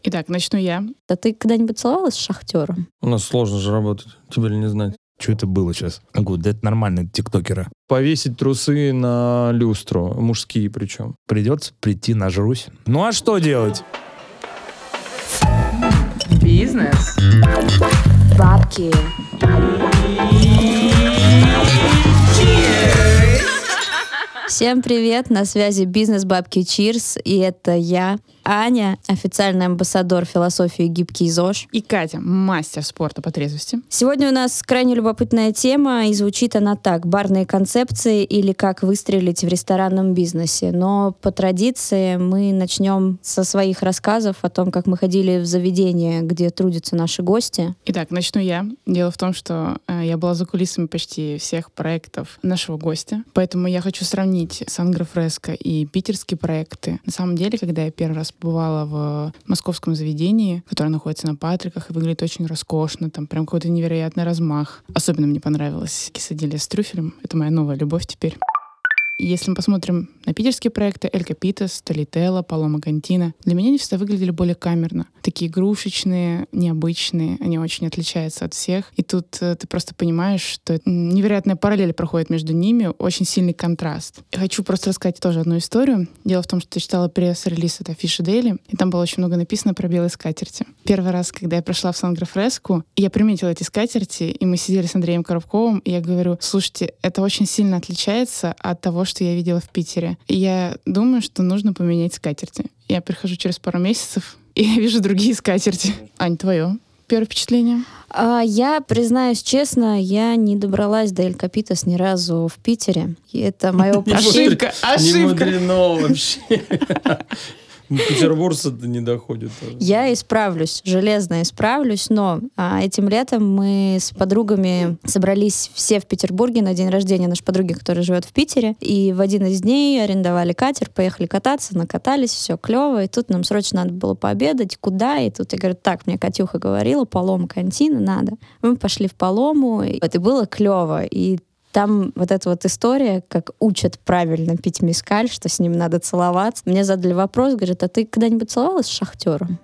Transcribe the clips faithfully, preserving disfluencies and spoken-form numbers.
Итак, начну я. А ты когда-нибудь целовалась с шахтером? У нас сложно же работать, тебе ли не знать. Что это было сейчас? Гуд, да это нормально, тиктокера. Повесить трусы на люстру, мужские причем. Придется прийти, нажрусь. Ну а что делать? Бизнес. Бабки. Всем привет, на связи бизнес Бабки Cheers, и это я, Аня, официальный амбассадор философии «Гибкий ЗОЖ». И Катя, мастер спорта по трезвости. Сегодня у нас крайне любопытная тема, и звучит она так: барные концепции или как выстрелить в ресторанном бизнесе. Но по традиции мы начнем со своих рассказов о том, как мы ходили в заведение, где трудятся наши гости. Итак, начну я. Дело в том, что э, я была за кулисами почти всех проектов нашего гостя, поэтому я хочу сравнить Сангро Фреско и питерские проекты. На самом деле, когда я первый раз побывала в московском заведении, которое находится на Патриках и выглядит очень роскошно, там прям какой-то невероятный размах. Особенно мне понравилось кесадилья с трюфелем. Это моя новая любовь теперь. Если мы посмотрим на питерские проекты Эль Капитас, Толителло, Палома Кантина, для меня они всегда выглядели более камерно. Такие игрушечные, необычные, они очень отличаются от всех. И тут э, ты просто понимаешь, что невероятная параллель проходит между ними, очень сильный контраст. Я хочу просто рассказать тоже одну историю. Дело в том, что я читала пресс-релиз от Афиши Дейли, и там было очень много написано про белые скатерти. Первый раз, когда я прошла в Сангро Фреско, я приметила эти скатерти, и мы сидели с Андреем Коробковым, и я говорю: слушайте, это очень сильно отличается от того, что я видела в Питере. И я думаю, что нужно поменять скатерти. Я прихожу через пару месяцев, и я вижу другие скатерти. Ань, твое первое впечатление? А, я, признаюсь честно, я не добралась до Эль Капитас ни разу в Питере. И это мое Ошибка, ошибка. Не мудрено вообще. Петербуржцы-то не доходят тоже. Я исправлюсь, железно исправлюсь, но а, этим летом мы с подругами собрались все в Петербурге на день рождения нашей подруги, которая живет в Питере, и в один из дней арендовали катер, поехали кататься, накатались, все клево, и тут нам срочно надо было пообедать, куда, и тут я говорю: так, мне Катюха говорила, Палома Кантина надо. Мы пошли в Палому, и это было клево, и там вот эта вот история, как учат правильно пить мескаль, что с ним надо целоваться. Мне задали вопрос, говорят: а ты когда-нибудь целовалась с шахтером?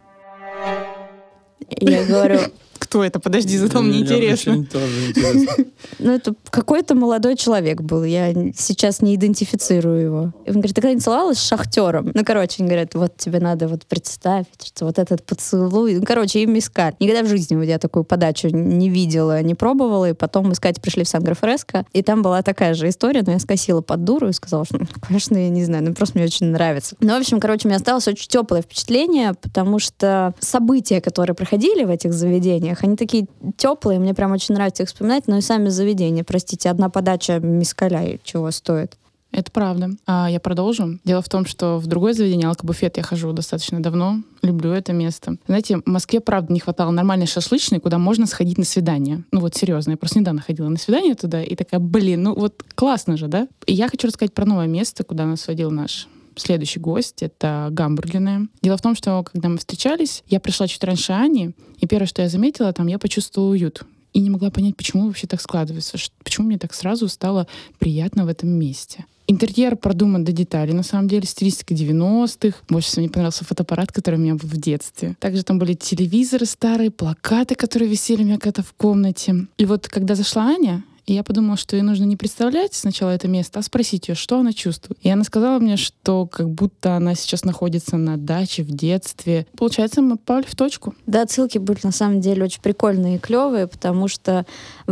Я говорю: кто это? Подожди, зато мне интересно. Тоже интересно. Ну, это какой-то молодой человек был. Я сейчас не идентифицирую его. И он говорит: ты когда-нибудь целовалась с шахтером? Ну, короче, они говорят: вот тебе надо вот представить, что вот этот поцелуй... Ну, короче, и мескаль. Никогда в жизни я такую подачу не видела, не пробовала. И потом мы с Катей пришли в Сангро Фреско, и там была такая же история, но я скосила под дуру и сказала, что, ну, конечно, я не знаю, ну, просто мне очень нравится. Ну, в общем, короче, у меня осталось очень теплое впечатление, потому что события, которые проходили в этих заведениях, они такие теплые, мне прям очень нравится их вспоминать, но и сами заведения. Простите, одна подача мескаля чего стоит. Это правда. А я продолжу. Дело в том, что в другое заведение, алкобуфет, я хожу достаточно давно. Люблю это место. Знаете, в Москве, правда, не хватало нормальной шашлычной, куда можно сходить на свидание. Ну вот серьезно, я просто недавно ходила на свидание туда и такая: блин, ну вот классно же, да? И я хочу рассказать про новое место, куда нас водил наш следующий гость. Это гамбургерная. Дело в том, что когда мы встречались, я пришла чуть раньше Ани, и первое, что я заметила, там я почувствовала уют. И не могла понять, почему вообще так складывается, почему мне так сразу стало приятно в этом месте. Интерьер продуман до деталей, на самом деле, стилистика девяностых. Больше всего мне понравился фотоаппарат, который у меня был в детстве. Также там были телевизоры старые, плакаты, которые висели у меня когда-то в комнате. И вот когда зашла Аня, и я подумала, что ей нужно не представлять сначала это место, а спросить ее, что она чувствует. И она сказала мне, что как будто она сейчас находится на даче в детстве. Получается, мы попали в точку. Да, отсылки были на самом деле очень прикольные и клевые, потому что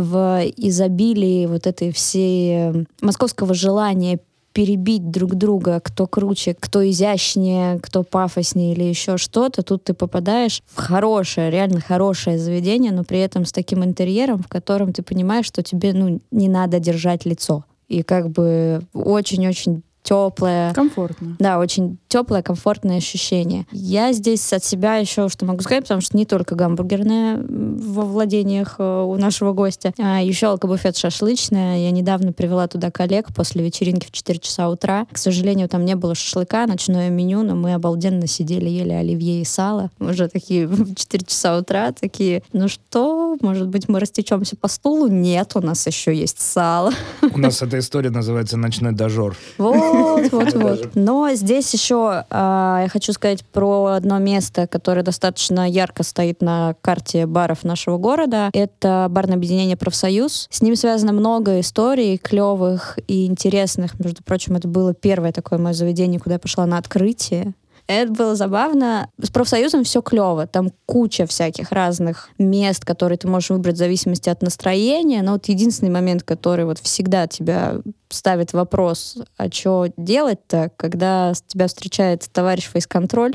в изобилии вот этой всей московского желания перебить друг друга, кто круче, кто изящнее, кто пафоснее или еще что-то, тут ты попадаешь в хорошее, реально хорошее заведение, но при этом с таким интерьером, в котором ты понимаешь, что тебе, ну, не надо держать лицо. И как бы очень-очень теплое. Комфортно. Да, очень теплое, комфортное ощущение. Я здесь от себя еще что могу сказать, потому что не только гамбургерная во владениях у нашего гостя, а еще алкобуфет шашлычная. Я недавно привела туда коллег после вечеринки в четыре часа утра. К сожалению, там не было шашлыка, ночное меню, но мы обалденно сидели, ели оливье и сало. Уже такие в четыре часа утра, такие: ну что Может быть, мы растечемся по стулу? Нет, у нас еще есть сало. У нас эта история называется «Ночной дожор». Вот, вот, вот. Но здесь еще а, я хочу сказать про одно место, которое достаточно ярко стоит на карте баров нашего города. Это барное объединение «Профсоюз». С ним связано много историй клевых и интересных. Между прочим, это было первое такое мое заведение, куда я пошла на открытие. Это было забавно. С профсоюзом все клево. Там куча всяких разных мест, которые ты можешь выбрать в зависимости от настроения. Но вот единственный момент, который вот всегда тебя ставит вопрос, а что делать-то, когда тебя встречает товарищ фейс-контроль.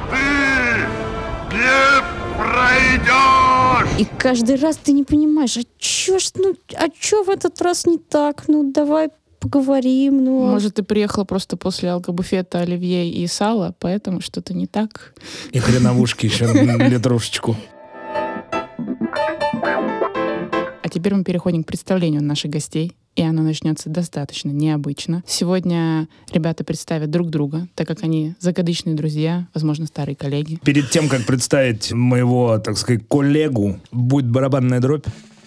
Ты не пройдешь! И каждый раз ты не понимаешь, а чё ж, ну, а чё в этот раз не так? Ну, давай поговорим, ну... Может, ты приехала просто после алкобуфета оливье и сала, поэтому что-то не так. И хреновушки еще литровочку. А теперь мы переходим к представлению наших гостей, и оно начнется достаточно необычно. Сегодня ребята представят друг друга, так как они закадычные друзья, возможно, старые коллеги. Перед тем, как представить моего, так сказать, коллегу, будет барабанная дробь.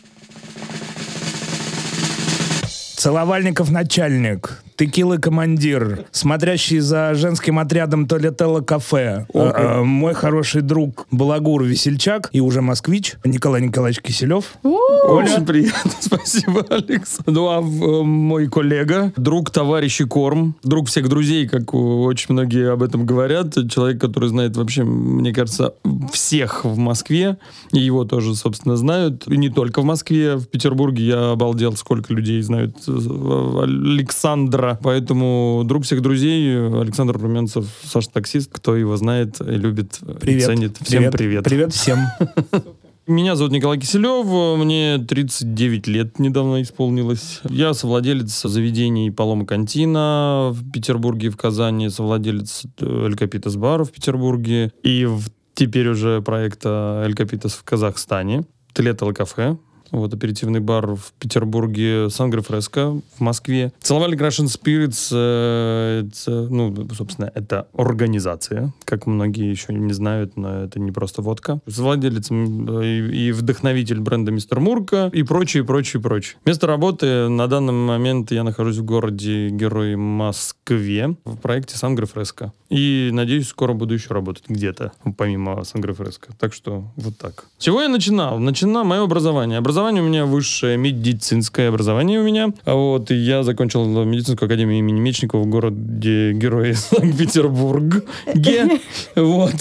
Целовальников начальник, текилы командир, смотрящий за женским отрядом Толетелло кафе, О, а, а, мой хороший друг Балагур Весельчак и уже москвич Николай Николаевич Киселев. Очень приятно, спасибо, Алекс. Ну, а в- мой коллега, друг, товарищ и корм, друг всех друзей, как у- очень многие об этом говорят, человек, который знает вообще, мне кажется, всех в Москве, и его тоже, собственно, знают, и не только в Москве, в Петербурге я обалдел, сколько людей знают Александра, поэтому друг всех друзей, Александр Румянцев, Саша Таксист, кто его знает и любит, Привет. ценит. Всем привет. Привет всем. Меня зовут Николай Киселев, мне тридцать девять лет недавно исполнилось. Я совладелец заведений Палома Кантина в Петербурге и в Казани, совладелец Эль Капитас бара в Петербурге и в, теперь уже проекта Эль Капитас в Казахстане, Толетелло кафе. Вот, аперитивный бар в Петербурге, Сангра Фреска в Москве. Целовальник Russian Spirits, э, это, ну, собственно, это организация, как многие еще не знают, но это не просто водка. Владелец и, и вдохновитель бренда Мистер Мурка и прочее, прочее, прочее. Место работы на данный момент я нахожусь в городе Герой Москве в проекте Сангра Фреска. И, надеюсь, скоро буду еще работать где-то, помимо Сангра Фреска. Так что вот так. С чего я начинал? Начинал мое образование. Образование у меня высшее медицинское образование у меня. А вот и я закончил медицинскую академию имени Мечникова в городе Герои Санкт-Петербург. Ге. Вот.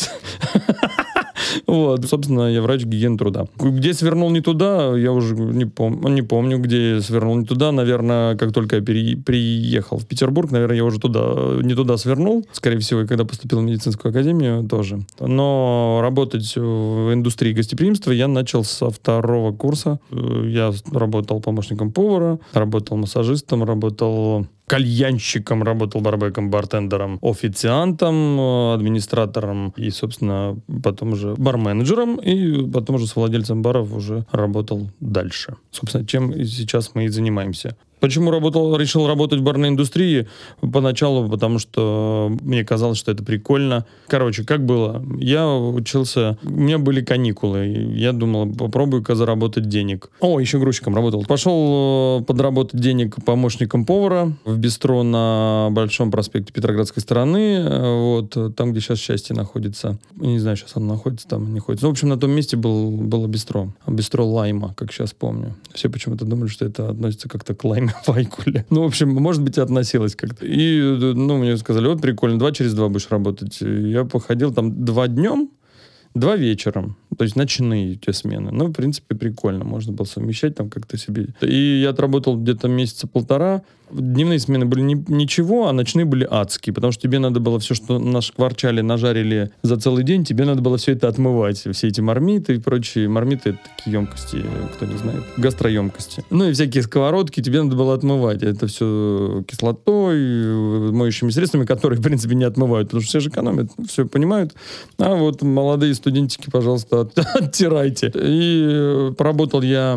Вот, собственно, я врач гигиены труда. Где свернул не туда, я уже не, пом- не помню, где я свернул не туда. Наверное, как только я пере- приехал в Петербург, наверное, я уже туда, не туда свернул. Скорее всего, и когда поступил в медицинскую академию тоже. Но работать в индустрии гостеприимства я начал со второго курса. Я работал помощником повара, работал массажистом, работал кальянщиком, работал барбеком, бартендером, официантом, администратором и, собственно, потом уже барменеджером, и потом уже с владельцем баров уже работал дальше. Собственно, чем и сейчас мы и занимаемся. Почему работал, решил работать в барной индустрии? Поначалу, потому что мне казалось, что это прикольно. Короче, как было? Я учился, у меня были каникулы. Я думал, попробую-ка заработать денег. О, еще грузчиком работал. Пошел подработать денег помощником повара в бистро на Большом проспекте Петроградской стороны. Вот, там, где сейчас «Счастье» находится. Я не знаю, сейчас оно находится там, не находится. Ну, в общем, на том месте был, было бистро. Бистро Лайма, как сейчас помню. Все почему-то думали, что это относится как-то к Лайме. Вайкуле. Ну, в общем, может быть, и относилась как-то. И, ну, мне сказали, вот прикольно, два через два будешь работать. Я походил там два днем, два вечером. То есть ночные те смены. Ну, в принципе, прикольно. Можно было совмещать там как-то себе. И я отработал где-то месяца полтора. Дневные смены были ни, ничего, а ночные были адские. Потому что тебе надо было все, что нашкварчали, нажарили за целый день, тебе надо было все это отмывать. Все эти мармиты и прочие. Мармиты — это такие емкости, кто не знает. Гастроемкости. Ну и всякие сковородки тебе надо было отмывать. Это все кислотой, моющими средствами, которые, в принципе, не отмывают. Потому что все же экономят, все понимают. А вот молодые студентики, пожалуйста, оттирайте. И поработал я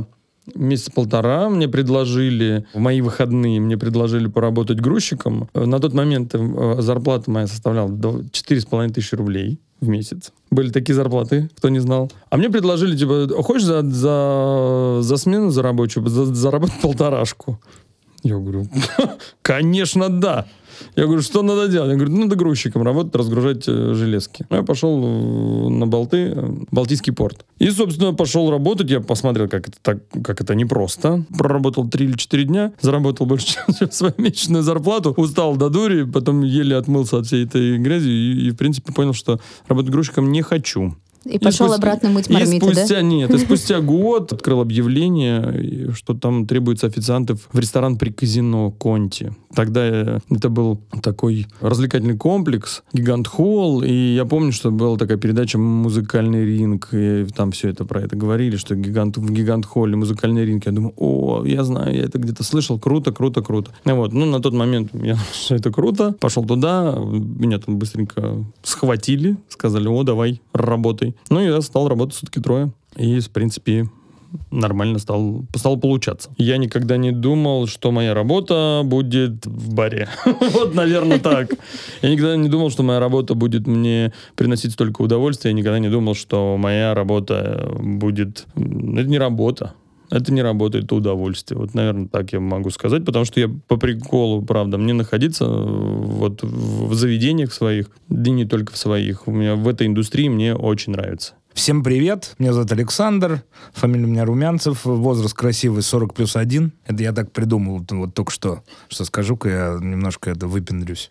месяца полтора мне предложили, в мои выходные мне предложили поработать грузчиком. На тот момент зарплата моя составляла четыре с половиной тысячи рублей в месяц. Были такие зарплаты, кто не знал. А мне предложили, типа, хочешь за, за, за смену за рабочую за, заработать полторашку? Я говорю, конечно, да. Я говорю, что надо делать? Я говорю, ну, надо грузчиком работать, разгружать э, железки. Я пошел на Болты, э, Балтийский порт. И, собственно, пошел работать. Я посмотрел, как это, так, как это непросто. Проработал три или четыре дня, заработал больше, чем свою месячную зарплату, устал до дури, потом еле отмылся от всей этой грязи и, и в принципе, понял, что работать грузчиком не хочу. И, и пошел спустя, обратно мыть мармиты, и спустя, да? Нет, и спустя год открыл объявление, что там требуется официантов в ресторан при казино Конти. Тогда это был такой развлекательный комплекс, Гигант-холл, и я помню, что была такая передача «Музыкальный ринг», и там все это про это говорили, что гигант, в Гигант-холле музыкальный ринг. Я думаю, о, я знаю, я это где-то слышал, круто, круто, круто. И вот, ну, на тот момент я что это круто, пошел туда, меня там быстренько схватили, сказали, о, давай, работай. Ну, я стал работать сутки трое. И, в принципе, нормально стал, стал получаться. Я никогда не думал, что моя работа будет в баре. Вот, наверное, так. Я никогда не думал, что моя работа будет мне приносить столько удовольствия. Я никогда не думал, что моя работа будет... Это не работа. Это не работа, это удовольствие. Вот, наверное, так я могу сказать, потому что я по приколу, правда, мне находиться вот в заведениях своих, да не только в своих. У меня в этой индустрии мне очень нравится. Всем привет, меня зовут Александр, фамилия у меня Румянцев, возраст красивый сорок плюс один. Это я так придумал, вот только что, что скажу-ка я немножко это выпендрюсь.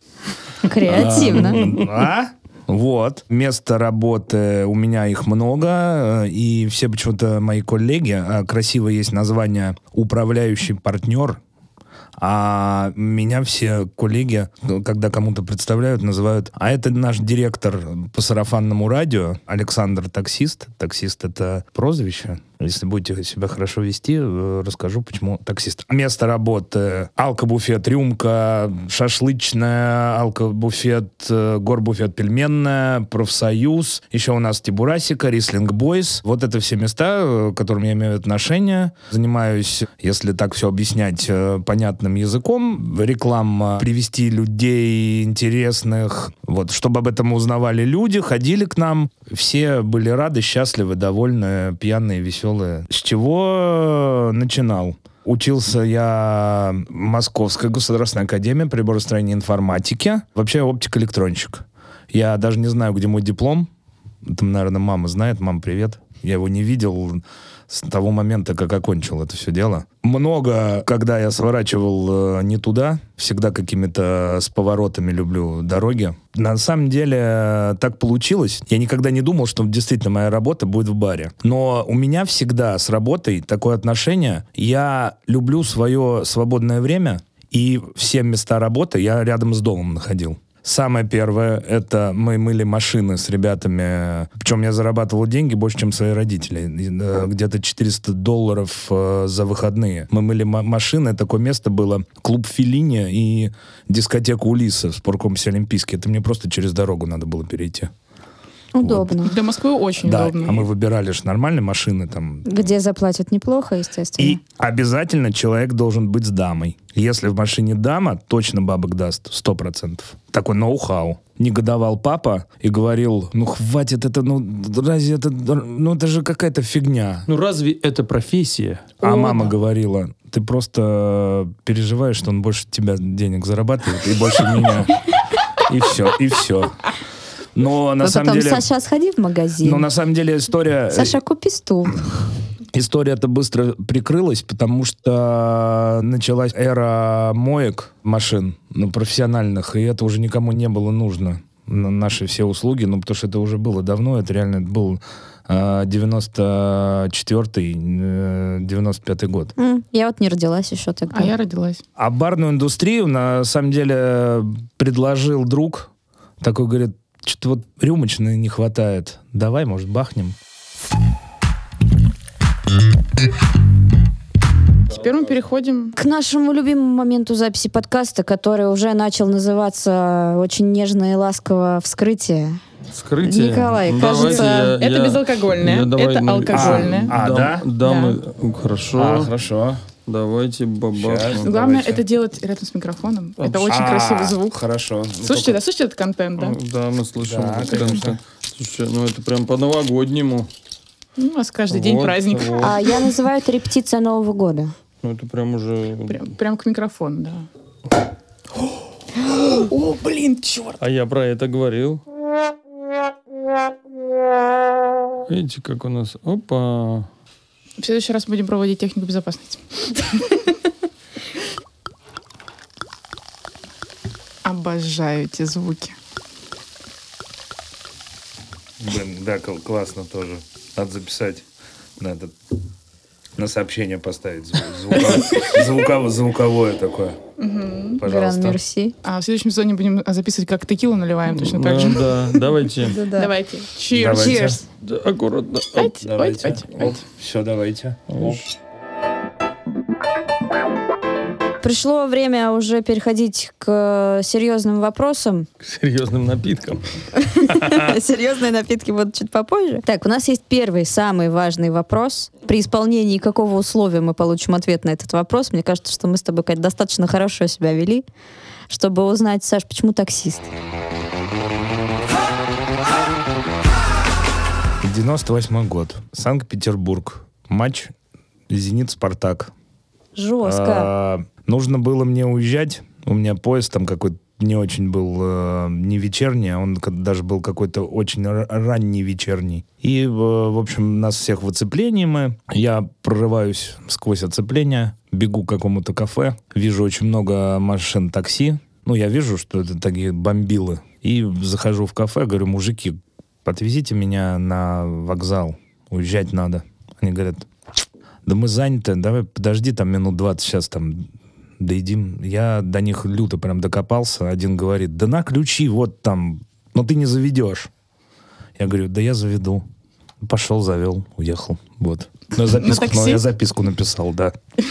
Креативно. А? Вот. Место работы у меня их много, и все почему-то мои коллеги, а красиво есть название «управляющий партнер», а меня все коллеги, когда кому-то представляют, называют, а это наш директор по сарафанному радио, Александр Таксист. Таксист — это прозвище. Если будете себя хорошо вести, расскажу, почему таксист. Место работы: алкобуфет «Рюмка», шашлычная, алкобуфет, горбуфет «Пельменная», профсоюз. Еще у нас Тибурасика, Рислинг Бойс. Вот это все места, к которым я имею отношение. Занимаюсь, если так все объяснять понятным языком, реклама, привести людей интересных, вот, чтобы об этом узнавали люди, ходили к нам. Все были рады, счастливы, довольны, пьяные, веселые. С чего начинал? Учился я в Московской государственной академии приборостроения и информатики. Вообще оптик-электронщик. Я даже не знаю, где мой диплом. Там, наверное, мама знает. Мам, привет. Я его не видел с того момента, как окончил это все дело. Много, когда я сворачивал э, не туда, всегда какими-то с поворотами люблю дороги. На самом деле э, так получилось. Я никогда не думал, что действительно моя работа будет в баре. Но у меня всегда с работой такое отношение. Я люблю свое свободное время, и все места работы я рядом с домом находил. Самое первое, это мы мыли машины с ребятами. Причем я зарабатывал деньги больше, чем свои родители. Где-то четыреста долларов э, за выходные. Мы мыли м- машины. Такое место было. Клуб Феллини и дискотека Улисса в спорткомплексе Олимпийский. Это мне просто через дорогу надо было перейти. Удобно. Вот. Для Москвы очень да, удобно. А мы выбирали же нормальные машины. Там. Где заплатят неплохо, естественно. И обязательно человек должен быть с дамой. Если в машине дама, точно бабок даст, сто процентов. Такой ноу-хау. Негодовал папа и говорил, ну хватит это, ну разве это, ну это же какая-то фигня. Ну разве это профессия? А О, мама да. говорила, ты просто переживаешь, что он больше тебя денег зарабатывает и больше меня. И все, и все. Но на А самом потом, деле... Саша, сходи в магазин. Но на самом деле история... Саша, купи стул. История-то быстро прикрылась, потому что началась эра моек машин, ну, профессиональных, и это уже никому не было нужно. Наши все услуги, ну, потому что это уже было давно, это реально был девяносто четвёртый девяносто пятый год. М, Я вот не родилась еще тогда. А я родилась. А барную индустрию, на самом деле, предложил друг, такой говорит, что-то вот рюмочной не хватает, давай, может, бахнем. Теперь мы переходим... К нашему любимому моменту записи подкаста, который уже начал называться очень нежно и ласково «Вскрытие». Вскрытие. Николай, Ну, кажется, давайте я- Это я- безалкогольное, я давай, это ну, алкогольное. А, дам- да? Дамы, Да. хорошо. А, хорошо. Давайте бабахнем. Щас. Главное Давайте. это делать рядом с микрофоном. Это А, очень А, красивый звук. Хорошо. Ну, Слушайте, только- да, слушайте этот контент, да? Да, мы слышим. Да, этот конечно. контент. Слушай, ну это прям по-новогоднему. Ну, у вас каждый день Вот, праздник. вот. А я называю это репетиция Нового года. Ну это прям уже... Прям, прям к микрофону, да. О, блин, черт! А я про это говорил. Видите, как у нас... Опа. В следующий раз будем проводить технику безопасности. Обожаю эти звуки. Блин, да, кл- классно тоже. Надо записать. Надо на сообщение поставить зву- звука- звуково- звуковое такое. Гран Пожалуйста. мерси. А в следующем сезоне будем записывать, как текилу наливаем точно так же. Ну, да, давайте. Да-да. Давайте. Cheers. Давайте. Cheers. Да, аккуратно. Ать, Давайте. ать, ать, ать. Все, давайте. Оп. Пришло время уже переходить к серьезным вопросам. К серьезным напиткам. Серьезные напитки будут чуть попозже. Так, у нас есть первый, самый важный вопрос. При исполнении какого условия мы получим ответ на этот вопрос? Мне кажется, что мы с тобой, Кать, достаточно хорошо себя вели, чтобы узнать, Саш, почему таксист? девяносто восьмой год. Санкт-Петербург. Матч «Зенит-Спартак». Жестко. А, нужно было мне уезжать. У меня поезд там какой-то не очень был, э, не вечерний, а он как- даже был какой-то очень р- ранний вечерний. И, э, в общем, нас всех в оцеплении мы. Я прорываюсь сквозь оцепление, бегу к какому-то кафе, вижу очень много машин такси. Ну, я вижу, что это такие бомбилы. И захожу в кафе, говорю: мужики, подвезите меня на вокзал, уезжать надо. Они говорят: да мы заняты, давай подожди там минут двадцать, сейчас там доедим. Я до них люто прям докопался. Один говорит: да на ключи, вот там, но ты не заведешь. Я говорю: да я заведу. Пошел, завел, уехал. Вот. Но, записку, такси? но я записку написал, да.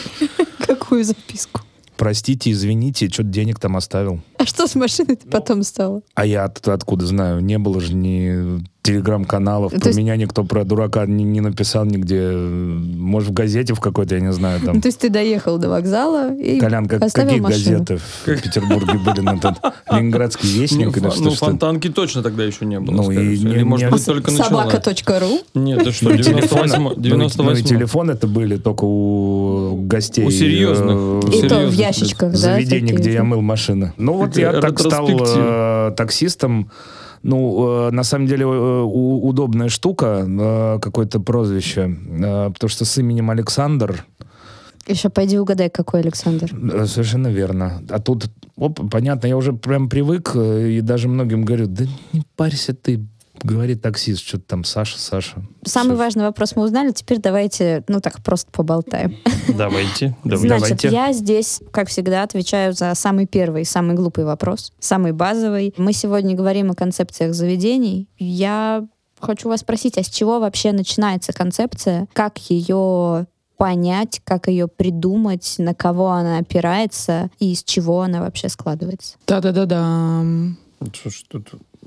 Какую записку? Простите, извините, что-то денег там оставил. А что с машиной потом стало? А я от- откуда знаю? Не было же ни телеграм-каналов. То Про есть- меня никто про дурака не, не написал нигде. Может, в газете в какой-то, я не знаю, там. Ну, то есть ты доехал до вокзала и Колян, как- оставил какие машину. газеты в Петербурге были на тот Ленинградский Ну, вестник или фа- что? ну, что? фонтанки точно тогда еще не было. Ну, скорее и всего. не- Или, может не- быть, только началось. Собака.ру. Нет, ты что, Ну, и девяносто восьмой. телефоны, ну, и- девяносто ну, и восьмой. телефоны это были только у гостей. У серьезных. э, У И то в серьезных ящичках, да? заведений, такие где вот. я мыл машины. Ну вот Это я так стал ретроспектив. э, таксистом. Ну, э, на самом деле, э, у- удобная штука, э, какое-то прозвище, э, потому что с именем Александр, Еще пойди угадай, какой Александр. э, совершенно верно. А тут, оп, понятно, я уже прям привык, э, и даже многим говорю: да не парься ты, говорит таксист, что-то там Саша, Саша. Самый Всё. важный вопрос мы узнали, теперь давайте, ну так, просто поболтаем. Давайте. давайте. Значит, Давайте. я здесь, как всегда, отвечаю за самый первый, самый глупый вопрос, самый базовый. Мы сегодня говорим о концепциях заведений. Я хочу вас спросить, а с чего вообще начинается концепция? Как ее понять, как ее придумать, на кого она опирается и из чего она вообще складывается? Да-да-да-да. Что ж тут?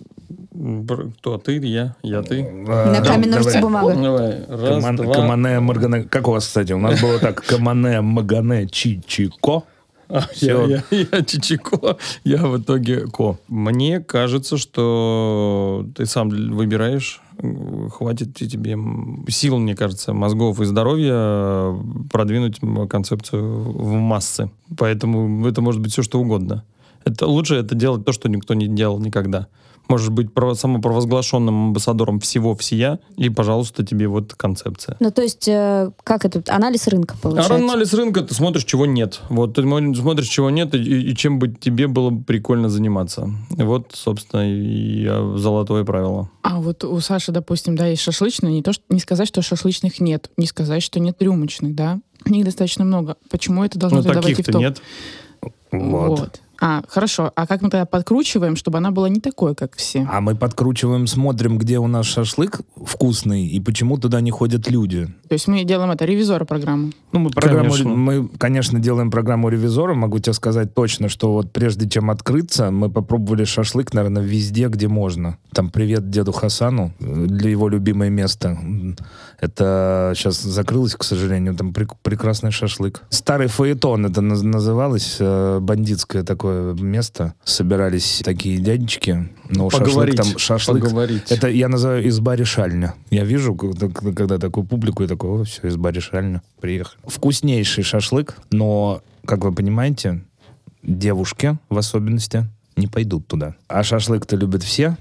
Бр- Кто? Ты? Я? Я? Ты? Э, На камень, ножницы, давай. бумага. Давай. Раз, Каман- два. Камане, Маргане. Как у вас, кстати? У нас было так: Камане, Магане, Чичико. А, Всё. я, я, я Чичико, я в итоге Ко. Мне кажется, что ты сам выбираешь, м, хватит ли тебе м, сил, мне кажется, мозгов и здоровья э, продвинуть м, концепцию в массы. Поэтому это может быть все, что угодно. Это лучше это делать то, что никто не делал никогда. Можешь быть право- самопровозглашенным амбассадором всего всея, и, пожалуйста, тебе вот концепция. Ну, то есть, э, как это? Анализ рынка А получается? анализ рынка, ты смотришь, чего нет. Вот ты мо- смотришь, чего нет, и, и чем бы тебе было бы прикольно заниматься. И вот, собственно, и я- золотое правило. А вот у Саши, допустим, да, есть шашлычные. Не то, что не сказать, что шашлычных нет, не сказать, что нет рюмочных, да. Их достаточно много. Почему это должно Ну, тогда войти в таких-то топ? нет. Вот. Вот. А, хорошо. А как мы тогда подкручиваем, чтобы она была не такой, как все? А мы подкручиваем, смотрим, где у нас шашлык вкусный и почему туда не ходят люди. То есть мы делаем это, ревизора программу. Ну, мы, программу, Конечно. мы, конечно, делаем программу ревизора. Могу тебе сказать точно, что вот прежде чем открыться, мы попробовали шашлык, наверное, везде, где можно. Там привет деду Хасану, для его любимое место. Это сейчас закрылось, к сожалению, там прек- прекрасный шашлык. Старый фаэтон это наз- называлось, э, бандитское такое место. Собирались такие дядечки. Но Поговорить, шашлык там, шашлык. поговорить. Это я называю изба-решальня. Я вижу, когда, когда такую публику, и такой, о, все, изба-решальня, приехали. Вкуснейший шашлык, но, как вы понимаете, девушки в особенности не пойдут туда. А шашлык-то любят все,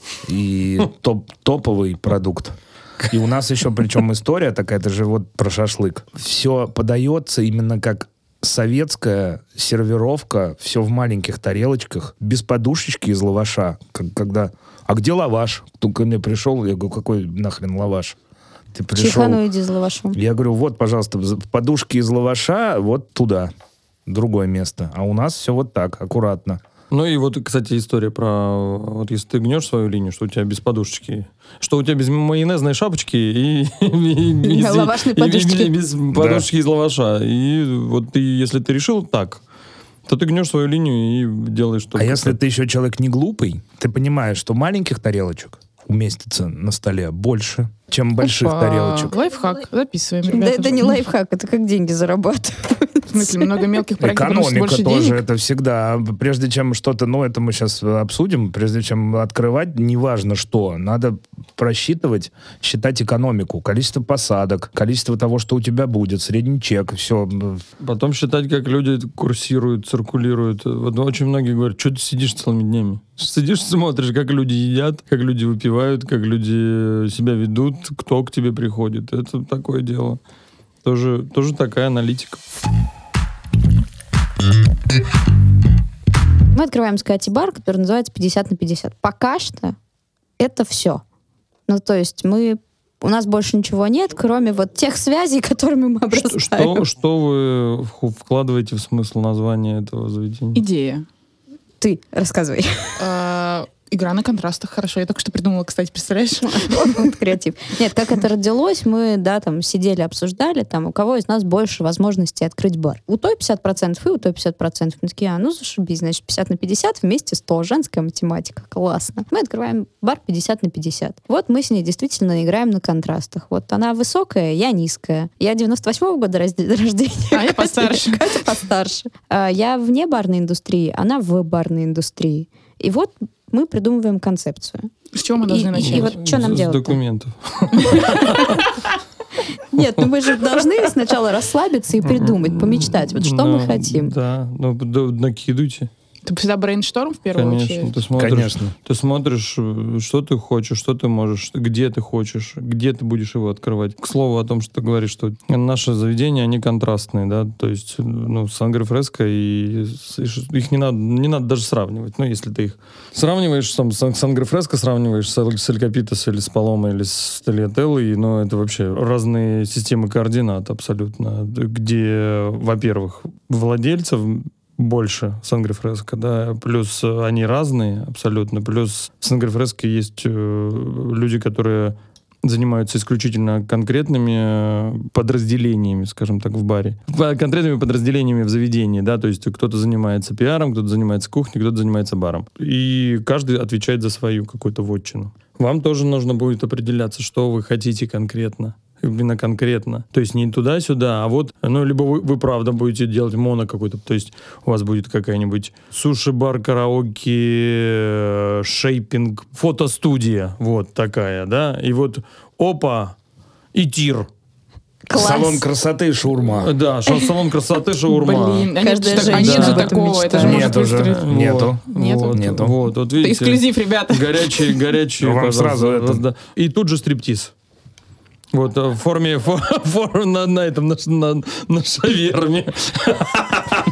и топ, топовый продукт. И у нас еще, причем, история такая, это же вот про шашлык. Все подается именно как советская сервировка, все в маленьких тарелочках, без подушечки из лаваша. Как, когда, а где лаваш? Кто ко мне пришел, я говорю, какой нахрен лаваш? Ты пришел. Чихану иди с лавашом. Я говорю, вот, пожалуйста, подушки из лаваша вот туда, другое место. А у нас все вот так, аккуратно. Ну и вот, кстати, история про... Вот если ты гнешь свою линию, что у тебя без подушечки, что у тебя без майонезной шапочки и... Лавашной подушки. Без подушечки из лаваша. И вот ты, если ты решил так, то ты гнешь свою линию и делаешь что-то. А если ты еще человек не глупый, ты понимаешь, что маленьких тарелочек уместится на столе больше, чем больших Опа. тарелочек. Лайфхак. Записываем, Да ребята. это не лайфхак, это как деньги зарабатывать. В смысле, много мелких проектов, потому что Экономика больше тоже, денег. это всегда. Прежде чем что-то, ну, это мы сейчас обсудим, прежде чем открывать, неважно что, надо просчитывать, считать экономику, количество посадок, количество того, что у тебя будет, средний чек, все. Потом считать, как люди курсируют, циркулируют. Вот очень многие говорят, что ты сидишь целыми днями? Сидишь, смотришь, как люди едят, как люди выпивают, как люди себя ведут, кто к тебе приходит. Это такое дело. Тоже, тоже такая аналитика. Мы открываем Скати-бар, который называется пятьдесят на пятьдесят. Пока что это все. Ну, то есть мы... У нас больше ничего нет, кроме вот тех связей, которыми мы обрастаем. Что, что вы в- вкладываете в смысл названия этого заведения? Идея. Ты рассказывай. А, Игра на контрастах, хорошо. Я только что придумала, кстати, представляешь? Вот креатив. Нет, как это родилось, мы, да, там сидели, обсуждали, там, у кого из нас больше возможностей открыть бар. У той пятьдесят процентов и у той пятьдесят процентов. Мы такие, а, ну, зашибись, значит, пятьдесят на пятьдесят вместе сто, женская математика, классно. Мы открываем бар пятьдесят на пятьдесят. Вот мы с ней действительно играем на контрастах. Вот она высокая, я низкая. Я девяносто восьмого года разде- рождения. А я постарше. Катя постарше. А, Я вне барной индустрии, она в барной индустрии. И вот мы придумываем концепцию. С чего мы И- должны и начать? вот что нам С делать-то? документов. Нет, ну мы же должны сначала расслабиться и придумать, помечтать. Вот что мы Ну, хотим. Да, ну да, накидывайте. Ты всегда брейншторм в первую Конечно, очередь? ты смотришь, Конечно. ты смотришь, э, что ты хочешь, что ты можешь, где ты хочешь, где ты будешь его открывать. К слову о том, что ты говоришь, что наши заведения, они контрастные, да, то есть, ну, Сангре Фреско, и с- и ш- их не надо, не надо даже сравнивать. Ну, если ты их сравниваешь, там, с Сангре Фреско сравниваешь с, Эль- с Эль Капитос или с Паломой или с Тольятеллой, ну, это вообще разные системы координат абсолютно, где, во-первых, владельцев больше Сангре Фреско, да, плюс э, они разные абсолютно, плюс в Сангре Фреско есть э, люди, которые занимаются исключительно конкретными э, подразделениями, скажем так, в баре. По- Конкретными подразделениями в заведении, да, то есть кто-то занимается пиаром, кто-то занимается кухней, кто-то занимается баром. И каждый отвечает за свою какую-то вотчину. Вам тоже нужно будет определяться, что вы хотите конкретно. Именно конкретно. То есть не туда-сюда, а вот, ну, либо вы, вы правда будете делать моно какой-то, то есть у вас будет какая-нибудь суши-бар, караоке, э, шейпинг, фотостудия, вот такая, да, и вот опа, и тир. Класс. Салон красоты, шаурма. Да, шо- салон красоты, шаурма. Блин, а Каждая нет, же так- а нет женщина же об этом такого, это же мечтает. может Нет уже. выстроить. Нету. Нету? Вот, Нету. Вот, вот Это видите. эксклюзив, ребята. Горячие, горячие. Ну, вам пожалуйста, сразу это- разда- И тут же стриптиз. Вот э, в форме, фо- фор- на, на этом, на, ш- на, на шаверме.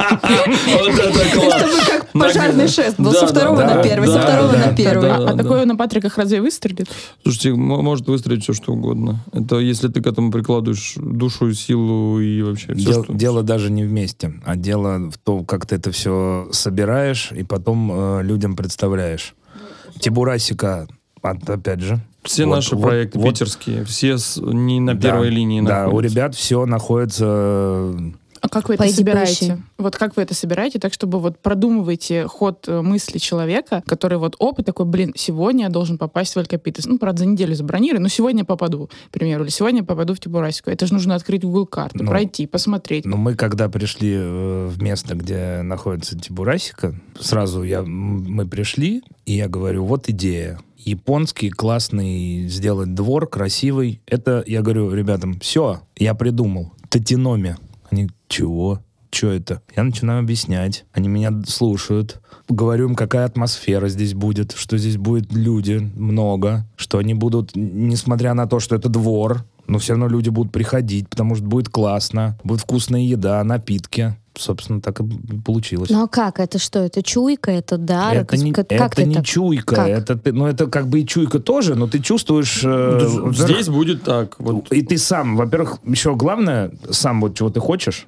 Вот это класс. Чтобы как пожарный шест был, Да, со да, второго да, на первый, со да, второго да, на первый. да, А да. такое на Патриках разве выстрелит? Слушайте, м- может выстрелить все, что угодно. Это если ты к этому прикладываешь душу, силу и вообще все, Дел- что... Дело даже не вместе, а дело в том, как ты это все собираешь и потом э, людям представляешь. Тибурасика, от- опять же. Все Вот- наши вот- проекты вот- питерские, все с- не на Да, первой линии Да, у находятся. ребят все находится... э, А как вы это Пойди собираете? поищи. Вот как вы это собираете, так чтобы вот продумываете ход э, мысли человека, который вот опыт такой, блин, сегодня я должен попасть в Элькапитес. Ну, правда, за неделю забронирую, но сегодня я попаду, к примеру, или сегодня я попаду в Тибурасику. Это же нужно открыть Google карты, Ну, пройти, посмотреть. Но мы, когда пришли э, в место, где находится Тибурасика, сразу я, м, мы пришли, и я говорю, вот идея. Японский, классный, сделать двор, красивый. Это, я говорю ребятам, все, я придумал. Татиноми. Они, чего? Что это? Я начинаю объяснять. Они меня слушают. Говорю им, какая атмосфера здесь будет, что здесь будет люди много, что они будут, несмотря на то, что это двор, но все равно люди будут приходить, потому что будет классно, будет вкусная еда, напитки. Собственно, так и получилось. Ну а как? Это что? Это чуйка? Это дар? Это не, как это ты не так- чуйка, как? это ты, ну это как бы и чуйка тоже, но ты чувствуешь. э, Ну, во-первых, Здесь будет так. Вот. И ты сам, во-первых, еще главное, сам вот чего ты хочешь,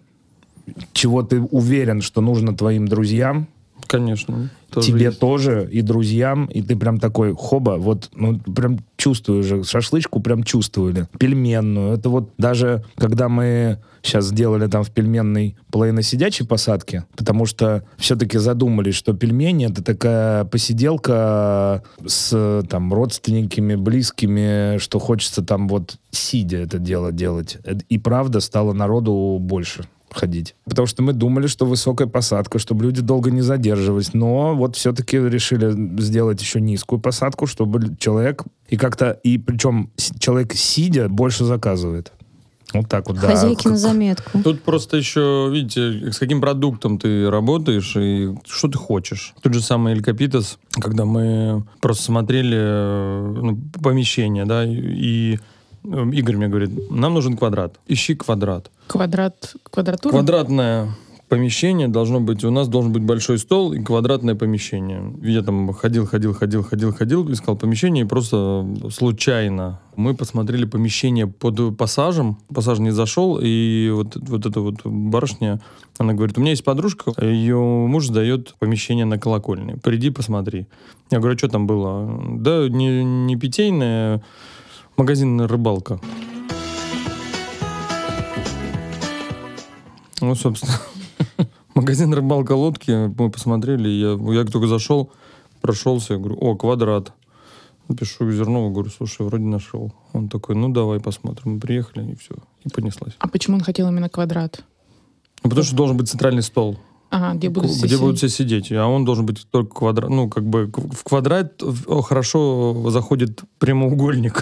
чего ты уверен, что нужно твоим друзьям, Конечно. тоже тебе есть. тоже, и друзьям, и ты прям такой, хоба, вот, ну, прям чувствуешь же, шашлычку прям чувствовали, пельменную, это вот даже, когда мы сейчас сделали там в пельменной половиносидячей посадке, потому что все-таки задумались, что пельмени — это такая посиделка с там родственниками, близкими, что хочется там вот сидя это дело делать. И правда стало народу больше ходить. Потому что мы думали, что высокая посадка, чтобы люди долго не задерживались. Но вот все-таки решили сделать еще низкую посадку, чтобы человек... И как-то... И причем с- человек, сидя, больше заказывает. Вот так вот, да. Хозяйки на Как- заметку. Тут просто еще, видите, с каким продуктом ты работаешь и что ты хочешь. Тот же самый Элькапитес, когда мы просто смотрели э, ну, помещение, да, и э, Игорь мне говорит, нам нужен квадрат. Ищи квадрат. Квадрат, квадратура? Квадратное помещение должно быть, у нас должен быть большой стол и квадратное помещение. Я там ходил, ходил, ходил, ходил, ходил, искал помещение, и просто случайно мы посмотрели помещение под пассажем. Пассаж не зашел, и вот, вот эта вот барышня, она говорит, у меня есть подружка, ее муж сдает помещение на колокольне. Приди, посмотри. Я говорю, а что там было? Да, не, не питейное, магазинная рыбалка. Ну, собственно, магазин рыбалка лодки, мы посмотрели, я, я только зашел, прошелся, я говорю, о, квадрат. Пишу Зернову, говорю, слушай, вроде нашел. Он такой, ну давай посмотрим. Мы приехали, и все, и понеслась. А почему он хотел именно квадрат? Ну, потому что должен быть центральный стол, Ага, где будут все где будут сидеть. все сидеть, а он должен быть только квадрат. Ну, как бы в квадрат о, хорошо заходит прямоугольник.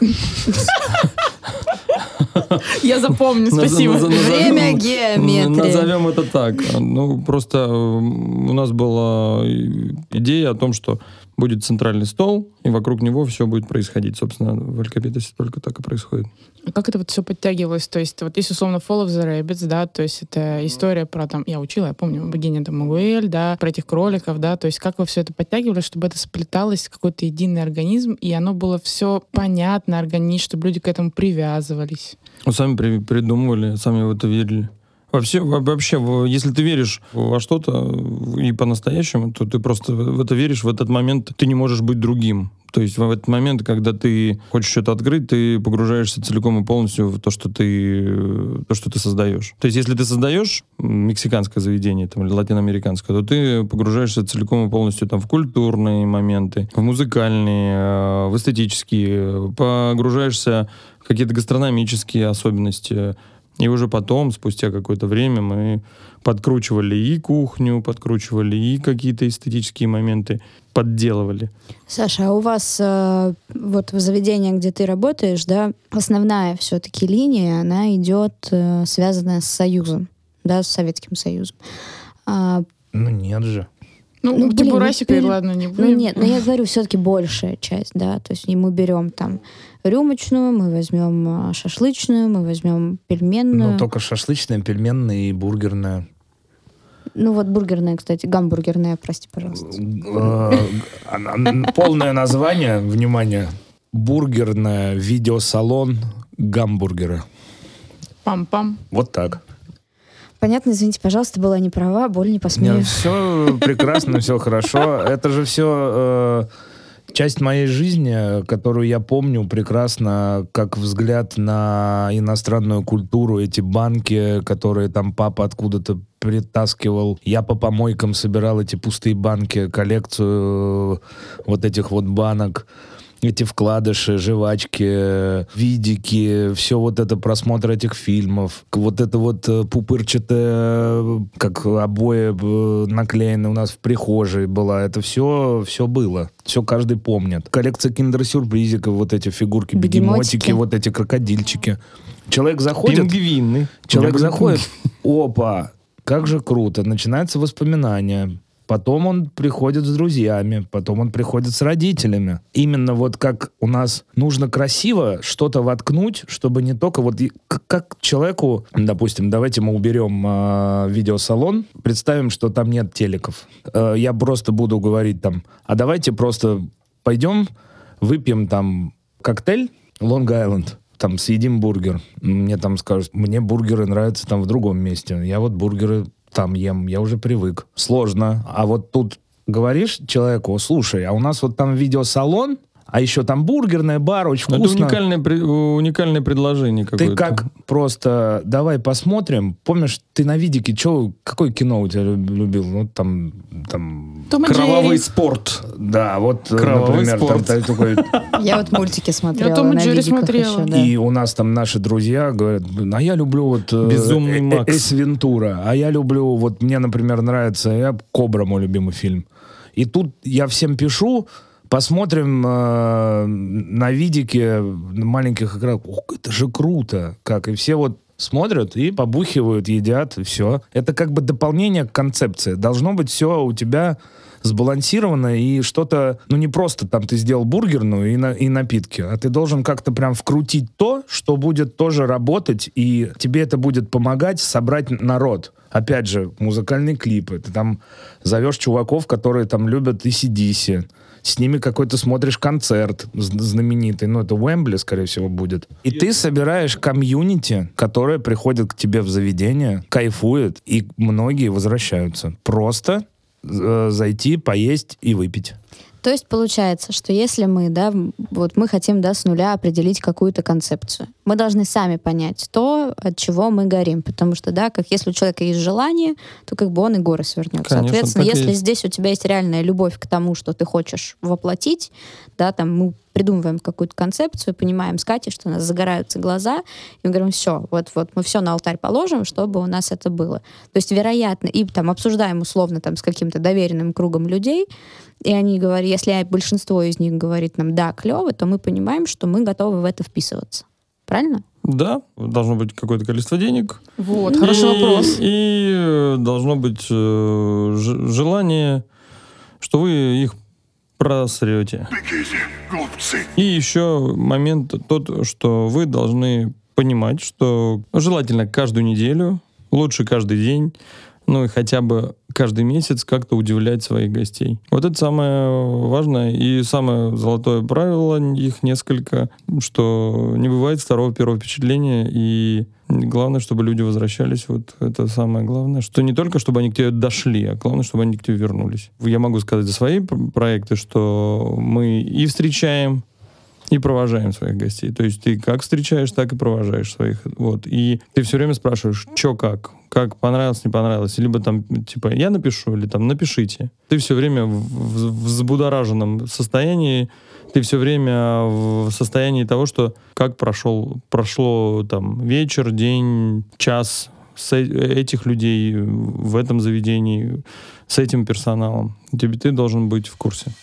Я запомню, спасибо. Наз- наз- Время назовем- геометрии. Назовем это так. Ну, просто э, у нас была идея о том, что будет центральный стол, и вокруг него все будет происходить. Собственно, в Элькапитесе только так и происходит. А как это вот все подтягивалось? То есть вот есть условно Fall of the Rabbits, да, то есть это история про там, я учила, я помню, богиня там Магуэль, да, про этих кроликов, да, то есть как вы все это подтягивали, чтобы это сплеталось в какой-то единый организм, и оно было все понятно, органично, чтобы люди к этому привязывались. Ну, сами при- придумывали, сами в это верили. Вообще, во- вообще, в- если ты веришь во что-то и по-настоящему, то ты просто в это веришь, в этот момент ты не можешь быть другим. То есть в этот момент, когда ты хочешь что-то открыть, ты погружаешься целиком и полностью в то, что ты, то, что ты создаешь. То есть если ты создаешь мексиканское заведение там, или латиноамериканское, то ты погружаешься целиком и полностью там, в культурные моменты, в музыкальные, э, в эстетические, погружаешься в какие-то гастрономические особенности. И уже потом, спустя какое-то время, мы подкручивали и кухню, подкручивали и какие-то эстетические моменты, подделывали. Саша, а у вас э, вот в заведении, где ты работаешь, да, основная все-таки линия, она идет э, связанная с Союзом, да, с Советским Союзом. А, Ну нет же. Ну, Ну, ну блин, Тибурасика, ну, и пере- ладно, не ну будем. нет, но я говорю, все-таки большая часть, да, то есть и мы берем там рюмочную, мы возьмем а, шашлычную, мы возьмем пельменную. Ну только шашлычная, пельменная и бургерная. Ну вот бургерная, кстати, гамбургерная, прости, пожалуйста. Полное название, внимание, бургерная видеосалон гамбургера. Пам-пам. Вот так. Понятно, извините, пожалуйста, была не права, боль не посмею. Все прекрасно, все хорошо. Это же все э, часть моей жизни, которую я помню прекрасно, как взгляд на иностранную культуру, эти банки, которые там папа откуда-то притаскивал. Я по помойкам собирал эти пустые банки, коллекцию э, вот этих вот банок. Эти вкладыши, жвачки, видики, все вот это, просмотр этих фильмов, вот это вот пупырчатое, как обои наклеены у нас в прихожей была, это все, все было, все каждый помнит. Коллекция киндер-сюрпризиков, вот эти фигурки, бегемотики, Бегемотики. вот эти крокодильчики. Человек заходит... Пингвины. Человек Я бы- заходит, опа, как же круто, начинаются воспоминания. Потом он приходит с друзьями, потом он приходит с родителями. Именно вот как у нас нужно красиво что-то воткнуть, чтобы не только вот и- к- как человеку, допустим, давайте мы уберем э, видеосалон, представим, что там нет телеков. Э, я просто буду говорить там, а давайте просто пойдем выпьем там коктейль Лонг-Айленд, там съедим бургер. Мне там скажут, мне бургеры нравятся там в другом месте. Я вот бургеры там ем, я уже привык. Сложно. А вот тут говоришь человеку, слушай, а у нас вот там видеосалон, а еще там бургерная, бар, очень Ну, вкусно. это уникальное, пред- уникальное предложение Ты какое-то. как просто, давай посмотрим. Помнишь, ты на видике, чё, какое кино у тебя люб- любил? Ну, там, там... Том и Кровавый Джерри. спорт. Да, вот, Кровавый например, спорт. там такой... Я вот мультики смотрела Я Том и на Джерри видиках смотрела. еще, да. И у нас там наши друзья говорят, а я люблю вот... э, Безумный э, Макс. Эйс Вентура. А я люблю, вот мне, например, нравится, я Кобра, мой любимый фильм. И тут я всем пишу, посмотрим э, на видике, на маленьких экранах. Ох, это же круто! Как, и все вот смотрят и побухивают, едят, и все. Это как бы дополнение к концепции. Должно быть все у тебя сбалансировано и что-то, ну не просто там ты сделал бургерную и, на, и напитки, а ты должен как-то прям вкрутить то, что будет тоже работать, и тебе это будет помогать собрать народ. Опять же, музыкальные клипы. Ты там зовешь чуваков, которые там любят и си ди си. С ними какой-то смотришь концерт знаменитый. Ну, это Уэмбли, скорее всего, будет. И ты собираешь комьюнити, которое приходит к тебе в заведение, кайфует, и многие возвращаются. Просто э, зайти, поесть и выпить. То есть получается, что если мы, да, вот мы хотим, да, с нуля определить какую-то концепцию, мы должны сами понять то, от чего мы горим, потому что, да, как если у человека есть желание, то как бы он и горы свернет. Конечно, Соответственно, так и если есть. здесь у тебя есть реальная любовь к тому, что ты хочешь воплотить, да, там мы придумываем какую-то концепцию, понимаем с Катей, что у нас загораются глаза, и мы говорим, все, вот-вот мы все на алтарь положим, чтобы у нас это было. То есть, вероятно, и там обсуждаем условно там с каким-то доверенным кругом людей, и они говорят, если большинство из них говорит нам, да, клево, то мы понимаем, что мы готовы в это вписываться. Правильно? Да, должно быть какое-то количество денег. Вот, хороший И- вопрос. И э, должно быть э, ж- желание, что вы их просрете. Бегите, глупцы. И еще момент тот, что вы должны понимать, что желательно каждую неделю, лучше каждый день, ну и хотя бы каждый месяц как-то удивлять своих гостей. Вот это самое важное и самое золотое правило, их несколько, что не бывает второго первого впечатления, и главное, чтобы люди возвращались, вот это самое главное, что не только чтобы они к тебе дошли, а главное, чтобы они к тебе вернулись. Я могу сказать за свои пр- проекты, что мы и встречаем, и провожаем своих гостей. То есть ты как встречаешь, так и провожаешь своих. Вот. И ты все время спрашиваешь, что как, как понравилось, не понравилось. Либо там, типа, я напишу, или там, напишите. Ты все время в, в, в взбудораженном состоянии, ты все время в состоянии того, что как прошел, прошло там вечер, день, час с э- этих людей в этом заведении, с этим персоналом. Тебе ты должен быть в курсе.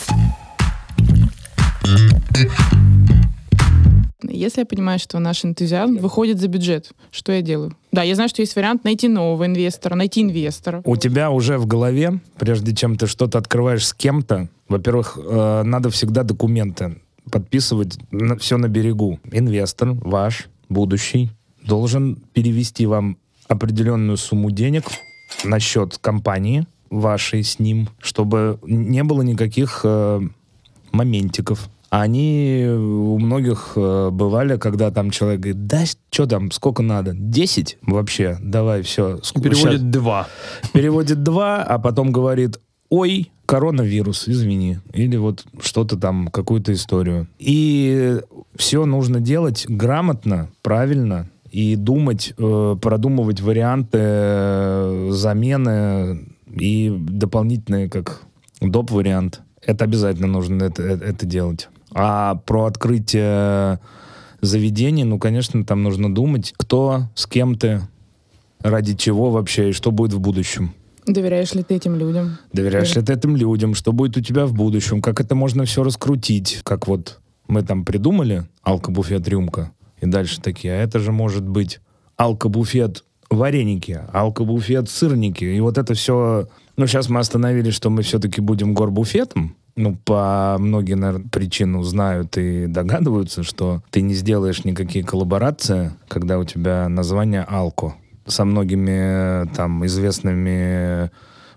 Если я понимаю, что наш энтузиазм выходит за бюджет, что я делаю? Да, я знаю, что есть вариант найти нового инвестора, найти инвестора. У тебя уже в голове, прежде чем ты что-то открываешь с кем-то, во-первых, э, надо всегда документы подписывать на, все на берегу. Инвестор ваш, будущий, должен перевести вам определенную сумму денег насчет компании вашей с ним, чтобы не было никаких э, моментиков. Они у многих э, бывали, когда там человек говорит, да, что там, сколько надо? Десять? Вообще, давай, все. Переводит Сейчас. два. Переводит два, а потом говорит, ой, коронавирус, извини. Или вот что-то там, какую-то историю. И все нужно делать грамотно, правильно, и думать, э, продумывать варианты э, замены и дополнительные, как доп-вариант. Это обязательно нужно это, это, это делать. А про открытие заведений, ну, конечно, там нужно думать, кто, с кем ты, ради чего вообще и что будет в будущем. Доверяешь ли ты этим людям? Доверяешь ли ты этим людям, что будет у тебя в будущем, как это можно все раскрутить, как вот мы там придумали алко-буфет рюмка, и дальше такие, а это же может быть алко-буфет вареники, алко-буфет сырники, и вот это все... Ну, сейчас мы остановились, что мы все-таки будем горбуфетом. Ну, по многим, наверное, причинам знают и догадываются, что ты не сделаешь никакие коллаборации, когда у тебя название «Алко». Со многими там известными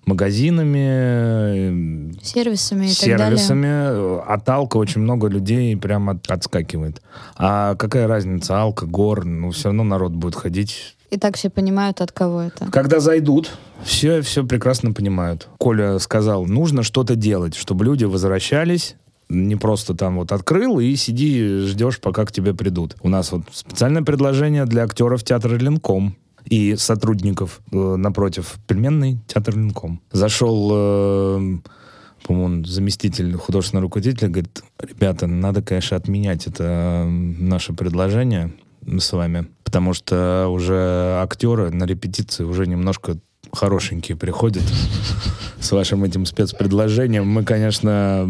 магазинами, сервисами и сервисами. так далее. От «Алко» очень много людей прям от, отскакивает. А какая разница, «Алко», «Гор», ну, все равно народ будет ходить. И так все понимают, от кого это. Когда зайдут, все, все прекрасно понимают. Коля сказал, нужно что-то делать, чтобы люди возвращались, не просто там вот открыл и сиди, ждешь, пока к тебе придут. У нас вот специальное предложение для актеров театра «Ленком» и сотрудников э, напротив. Пельменный театр «Ленком». Зашел, э, по-моему, заместитель художественного руководителя, говорит, ребята, надо, конечно, отменять это наше предложение с вами, потому что уже актеры на репетиции уже немножко хорошенькие приходят с вашим этим спецпредложением. Мы, конечно,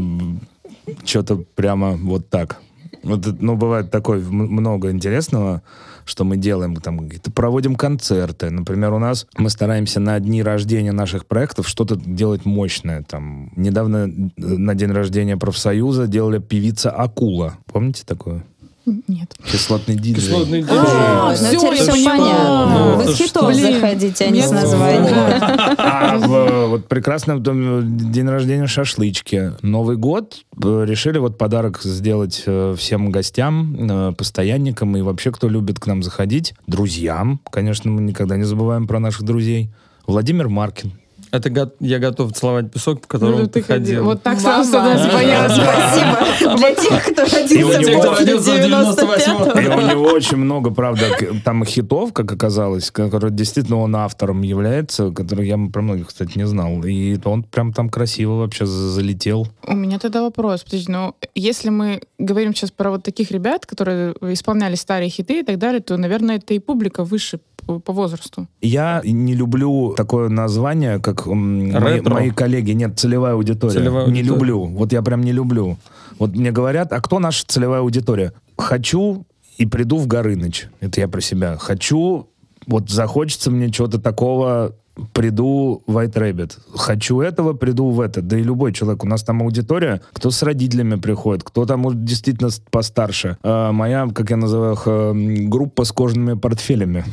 что-то прямо вот так. Вот, ну, бывает такое много интересного, что мы делаем, там, проводим концерты. Например, у нас мы стараемся на дни рождения наших проектов что-то делать мощное. Там, недавно на день рождения профсоюза делали певица Акула. Помните такое? Нет. Кислотный диджей. Кислотный диджей. А, ну всё, теперь я все поняла. понятно. Ну, Вы это с хитов что? заходите, а не Нет. с названием. А в, вот прекрасно день рождения шашлычки. Новый год э, решили вот подарок сделать э, всем гостям, э, постоянникам и вообще, кто любит к нам заходить. Друзьям. Конечно, мы никогда не забываем про наших друзей. Владимир Маркин. Это го- я готов целовать песок, по которому Ну, ты ходил. Вот так сразу Мама. нас боялась. Спасибо. Для тех, кто И у родился него- после родился в девяносто девяносто восьмом. пятого. И у него очень много, правда, к- там хитов, как оказалось, которые действительно он автором является, которые я про многих, кстати, не знал. И он прям там красиво вообще за- залетел. У меня тогда вопрос. Подожди, ну, если мы говорим сейчас про вот таких ребят, которые исполняли старые хиты и так далее, то, наверное, это и публика выше по, по возрасту. Я не люблю такое название, как м, мои, Ретро. мои коллеги. Нет, целевая аудитория. Целевая не аудитория. люблю. Вот я прям не люблю. Вот мне говорят, а кто наша целевая аудитория? Хочу и приду в Горыныч. Это я про себя. Хочу, вот захочется мне чего-то такого, приду в White Rabbit. Хочу этого, приду в это. Да и любой человек. У нас там аудитория, кто с родителями приходит, кто там может, действительно с- постарше. А моя, как я называю их, э, группа с кожаными портфелями.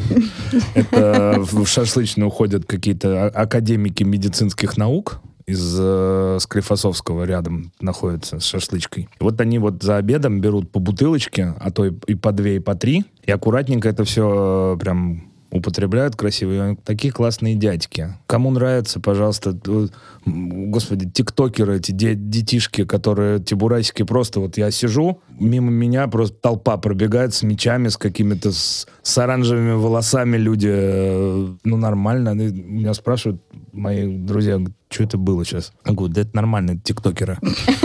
Это в шашлычную уходят какие-то а- академики медицинских наук. Из э, Склифосовского рядом находится с шашлычкой. Вот они вот за обедом берут по бутылочке, а то и, и по две, и по три, и аккуратненько это все прям употребляют красиво. И они такие классные дядьки. Кому нравится, пожалуйста, э, м, господи, тиктокеры, эти де- детишки, которые тибурасики, просто вот я сижу, мимо меня просто толпа пробегает с мечами, с какими-то, с, с оранжевыми волосами люди. э, Ну, нормально. Они меня спрашивают, мои друзья, что это было сейчас? Я говорю, да это нормально, это тиктокеры.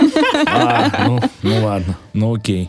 А, ну, ну ладно, ну окей.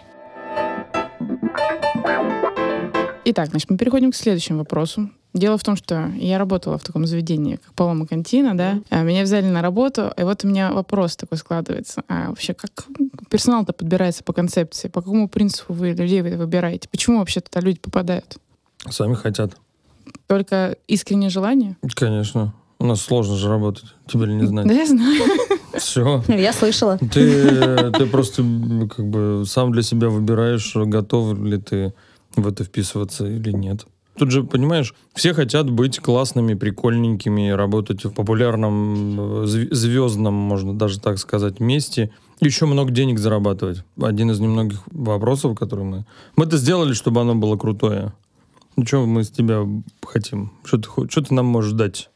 Итак, значит, мы переходим к следующему вопросу. Дело в том, что я работала в таком заведении, как Палома Кантина, да. А Меня взяли на работу, и вот у меня вопрос такой складывается. А вообще, как персонал-то подбирается по концепции? По какому принципу вы людей вы выбираете? Почему вообще туда люди попадают? Сами хотят. Только искреннее желание? Конечно. У нас сложно же работать. Тебе ли не знать? Да, я знаю. Все. Я слышала. Ты, ты просто м, как бы сам для себя выбираешь, готов ли ты в это вписываться или нет. Тут же, понимаешь, все хотят быть классными, прикольненькими, работать в популярном, зв- звездном, можно даже так сказать, месте. Еще много денег зарабатывать. Один из немногих вопросов, которые мы... Мы это сделали, чтобы оно было крутое. Ну, что мы с тебя хотим? Что ты, что ты нам можешь дать?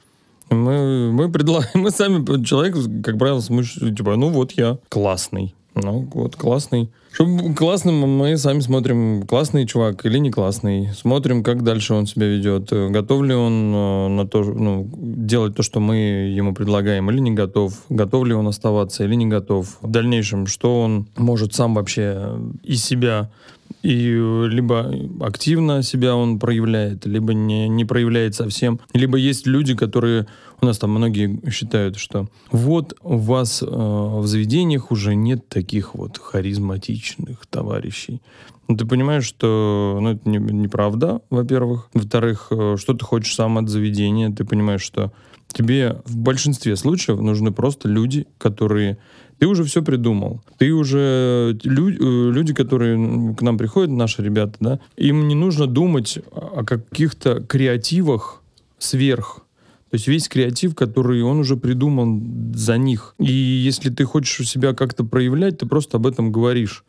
Мы, мы предлагаем... Мы сами, человек, как правило, смыш- типа, ну вот я классный. Ну, вот, классный. Чтобы классным, мы сами смотрим, классный чувак или не классный. Смотрим, как дальше он себя ведет. Готов ли он э, на то, ну, делать то, что мы ему предлагаем, или не готов. Готов ли он оставаться или не готов. В дальнейшем, что он может сам вообще из себя, и либо активно себя он проявляет, либо не, не проявляет совсем. Либо есть люди, которые... У нас там многие считают, что вот у вас э, в заведениях уже нет таких вот харизматичных товарищей. Ну, ты понимаешь, что ну, это не, неправда, во-первых. Во-вторых, э, что ты хочешь сам от заведения. Ты понимаешь, что тебе в большинстве случаев нужны просто люди, которые... Ты уже все придумал. Ты уже... Лю, люди, которые к нам приходят, наши ребята, да, им не нужно думать о каких-то креативах сверх. То есть весь креатив, который он уже придуман за них. И если ты хочешь себя как-то проявлять, ты просто об этом говоришь.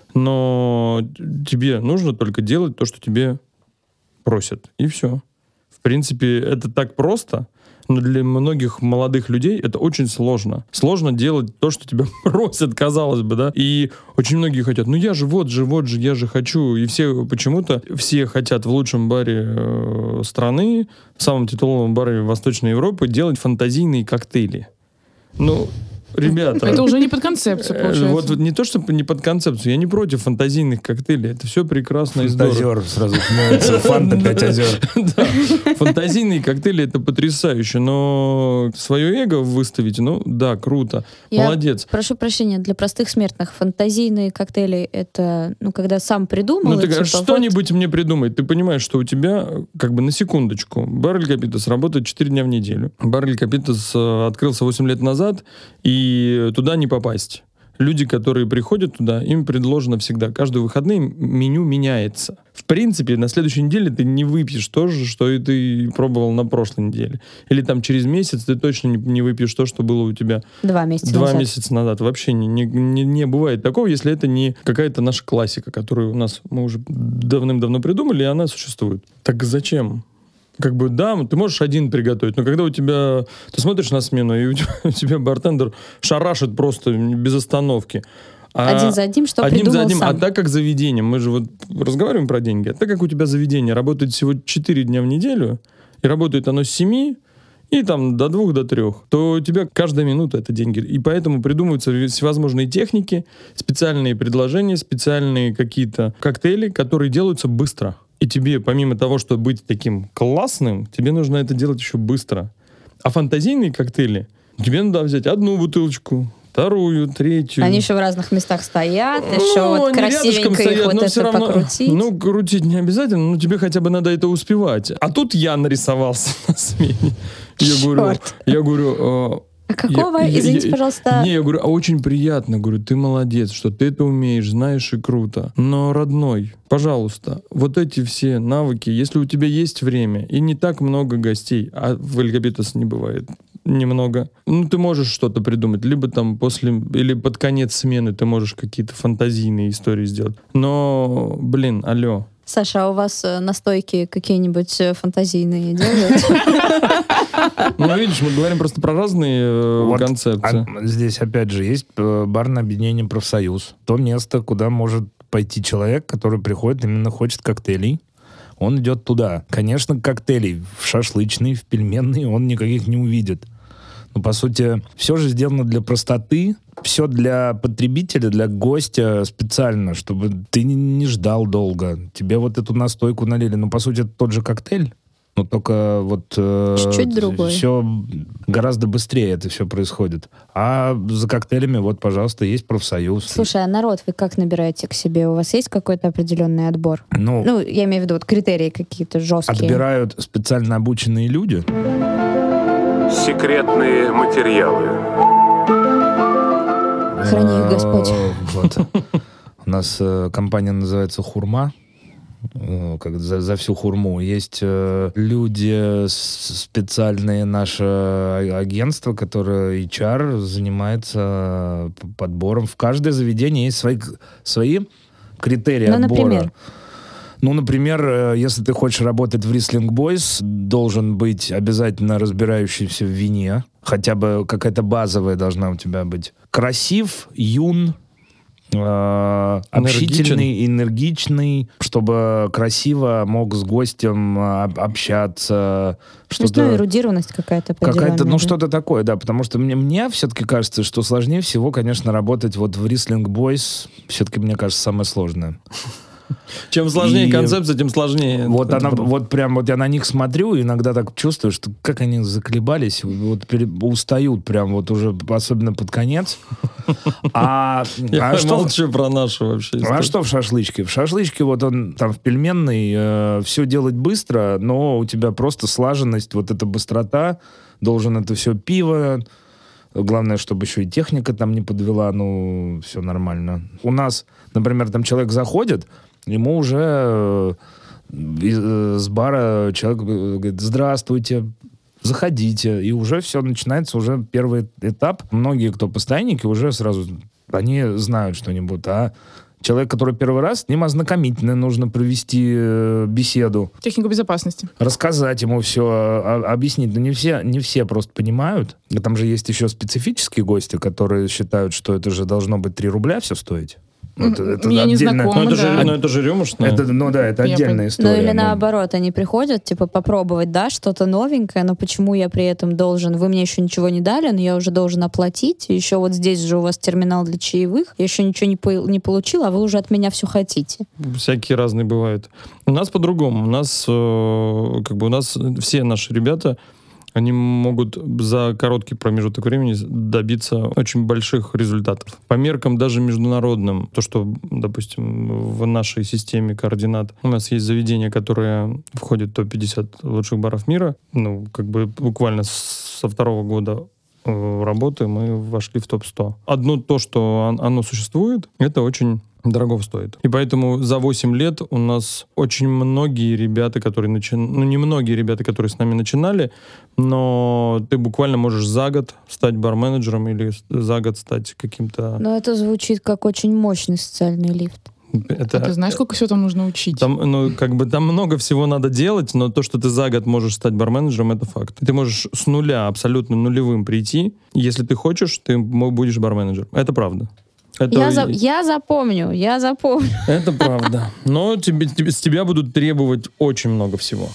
Но тебе нужно только делать то, что тебе просят. И все. В принципе, это так просто. Но для многих молодых людей это очень сложно. Сложно делать то, что тебя просят, казалось бы, да. И очень многие хотят, ну я же вот же, вот же, я же хочу. И все почему-то, все хотят в лучшем баре э, страны, в самом титуловом баре Восточной Европы делать фантазийные коктейли. Ну, ребята... Это уже не под концепцию, получается. Вот, вот не то, что не под концепцию. Я не против фантазийных коктейлей. Это все прекрасно и здорово. Фантазер сразу становится. Фанта пять озер. Да. Фантазийные коктейли — это потрясающе. Но свое эго выставить, ну да, круто. Я Молодец. прошу прощения, для простых смертных фантазийные коктейли — это, ну, когда сам придумал. Ну, ты и, говоришь, типа, что-нибудь вот... мне придумай. Ты понимаешь, что у тебя, как бы на секундочку, бар Эль Капитас работает четыре дня в неделю. Бар Эль Капитас э, открылся восемь лет назад, и туда не попасть. Люди, которые приходят туда, им предложено всегда. Каждые выходные меню меняется. В принципе, на следующей неделе ты не выпьешь то же, что и ты пробовал на прошлой неделе. Или там через месяц ты точно не, не выпьешь то, что было у тебя два месяца два назад. месяца назад. Вообще не, не, не, не бывает такого, если это не какая-то наша классика, которую у нас мы уже давным-давно придумали, и она существует. Так зачем? Как бы, да, ты можешь один приготовить, но когда у тебя... Ты смотришь на смену, и у тебя, у тебя бартендер шарашит просто без остановки. А один за одним, что одним придумал за одним. сам. А так как заведение, мы же вот разговариваем про деньги, а так как у тебя заведение работает всего четыре дня в неделю, и работает оно с семи, и там до двух, до трех, то у тебя каждая минута — это деньги. И поэтому придумываются всевозможные техники, специальные предложения, специальные какие-то коктейли, которые делаются быстро. И тебе, помимо того, чтобы быть таким классным, тебе нужно это делать еще быстро. А фантазийные коктейли, тебе надо взять одну бутылочку, вторую, третью. Они еще в разных местах стоят, Ну, еще вот они рядышком красивенько их стоят, вот но это все равно, покрутить. Ну, крутить не обязательно, но тебе хотя бы надо это успевать. А тут я нарисовался на смене. Я говорю, Черт. я говорю... А какого? Я- я- Извините, я- пожалуйста. Не, я говорю, а очень приятно, говорю, ты молодец, что ты это умеешь, знаешь, и круто. Но, родной, пожалуйста, вот эти все навыки, если у тебя есть время и не так много гостей, а в Эль Капитас не бывает немного, ну, ты можешь что-то придумать, либо там после, или под конец смены ты можешь какие-то фантазийные истории сделать. Но, блин, алло. Саша, а у вас э, настойки какие-нибудь э, фантазийные делают? Ну, видишь, мы говорим просто про разные э, Вот, концепции. а здесь, опять же, есть э, барное объединение «Профсоюз». То место, куда может пойти человек, который приходит, именно хочет коктейлей. Он идет туда. Конечно, коктейлей в шашлычный, в пельменный он никаких не увидит. Но, по сути, все же сделано для простоты, все для потребителя, для гостя специально, чтобы ты не, не ждал долго. Тебе вот эту настойку налили. Ну, по сути, это тот же коктейль, но только вот... Э, Чуть-чуть другой. Все гораздо быстрее это все происходит. А за коктейлями, вот, пожалуйста, есть профсоюз. Слушай, а народ вы как набираете к себе? У вас есть какой-то определенный отбор? Ну, Ну, я имею в виду вот критерии какие-то жесткие. отбирают специально обученные люди. Секретные материалы. Храни их Господь. Э, Вот. У нас э, компания называется «Хурма». э, как за, за всю хурму. Есть э, люди, с- специальные наше а- агентство, которое эйч ар занимается п- подбором. В каждое заведение есть свои, к- свои критерии Ну, отбора. например? Ну, например, э, если ты хочешь работать в Riesling Boys, должен быть обязательно разбирающийся в вине. Хотя бы какая-то базовая должна у тебя быть. Красив, юн, э, общительный, энергичный, чтобы красиво мог с гостем э, об- общаться. То есть, ну, эрудированность какая-то определенная. Какая-то, ну, да. что-то такое, да, потому что мне, мне все-таки кажется, что сложнее всего, конечно, работать вот в Riesling Boys, все-таки, мне кажется, самое сложное. Чем сложнее И концепция, тем сложнее. Вот Это она, правда. вот прям вот я на них смотрю, и иногда так чувствую, что как они заколебались, вот пере- устают прям вот уже, особенно под конец. А, Я а что, молчу про нашу вообще а историю. что в шашлычке? В шашлычке вот он там в пельменной все делать быстро, но у тебя просто слаженность, вот эта быстрота, должен это все пиво. Главное, чтобы еще и техника там не подвела, ну, все нормально. У нас, например, там человек заходит, ему уже э, из- э, с бара человек э, говорит: здравствуйте, заходите. И уже все, начинается уже первый этап. Многие, кто постоянники, уже сразу, они знают что-нибудь. А человек, который первый раз, с ним ознакомительно нужно провести э, беседу. Технику безопасности. Рассказать ему все, объяснить. Но не все, не все просто понимают. И там же есть еще специфические гости, которые считают, что это же должно быть три рубля все стоить. Ну, это- это Я не отдельно- знакома. Ну, это же, да. ну, это же рюмошное. Это, ну да, это Я отдельная пон- Ну история. или Ну, наоборот, они приходят, типа, попробовать, да, что-то новенькое, но почему я при этом должен, вы мне еще ничего не дали, но я уже должен оплатить, и еще вот здесь же у вас терминал для чаевых, я еще ничего не, по- не получила, а вы уже от меня все хотите. Всякие разные бывают. У нас по-другому. У нас, э, как бы, у нас все наши ребята, они могут за короткий промежуток времени добиться очень больших результатов. По меркам даже международным, то, что, допустим, в нашей системе координат у нас есть заведения, которые входят в топ пятьдесят лучших баров мира, ну, как бы буквально с- со второго года э, работы мы вошли в топ сто. Одно то, что он- оно существует, это очень дорого стоит. И поэтому за восемь лет у нас очень многие ребята, которые начинали, ну не многие ребята, которые с нами начинали, но ты буквально можешь за год стать бар-менеджером или с- за год стать каким-то... Но это звучит как очень мощный социальный лифт. Это, А ты знаешь, сколько всего там нужно учить? Там, ну, как бы там много всего надо делать, но то, что ты за год можешь стать бар-менеджером, это факт. Ты можешь с нуля, абсолютно нулевым прийти. Если ты хочешь, ты мо- будешь бар-менеджером. Это правда. Это, Я, за- я запомню, я запомню. это правда. Но тебе, тебе- с тебя будут требовать очень много всего.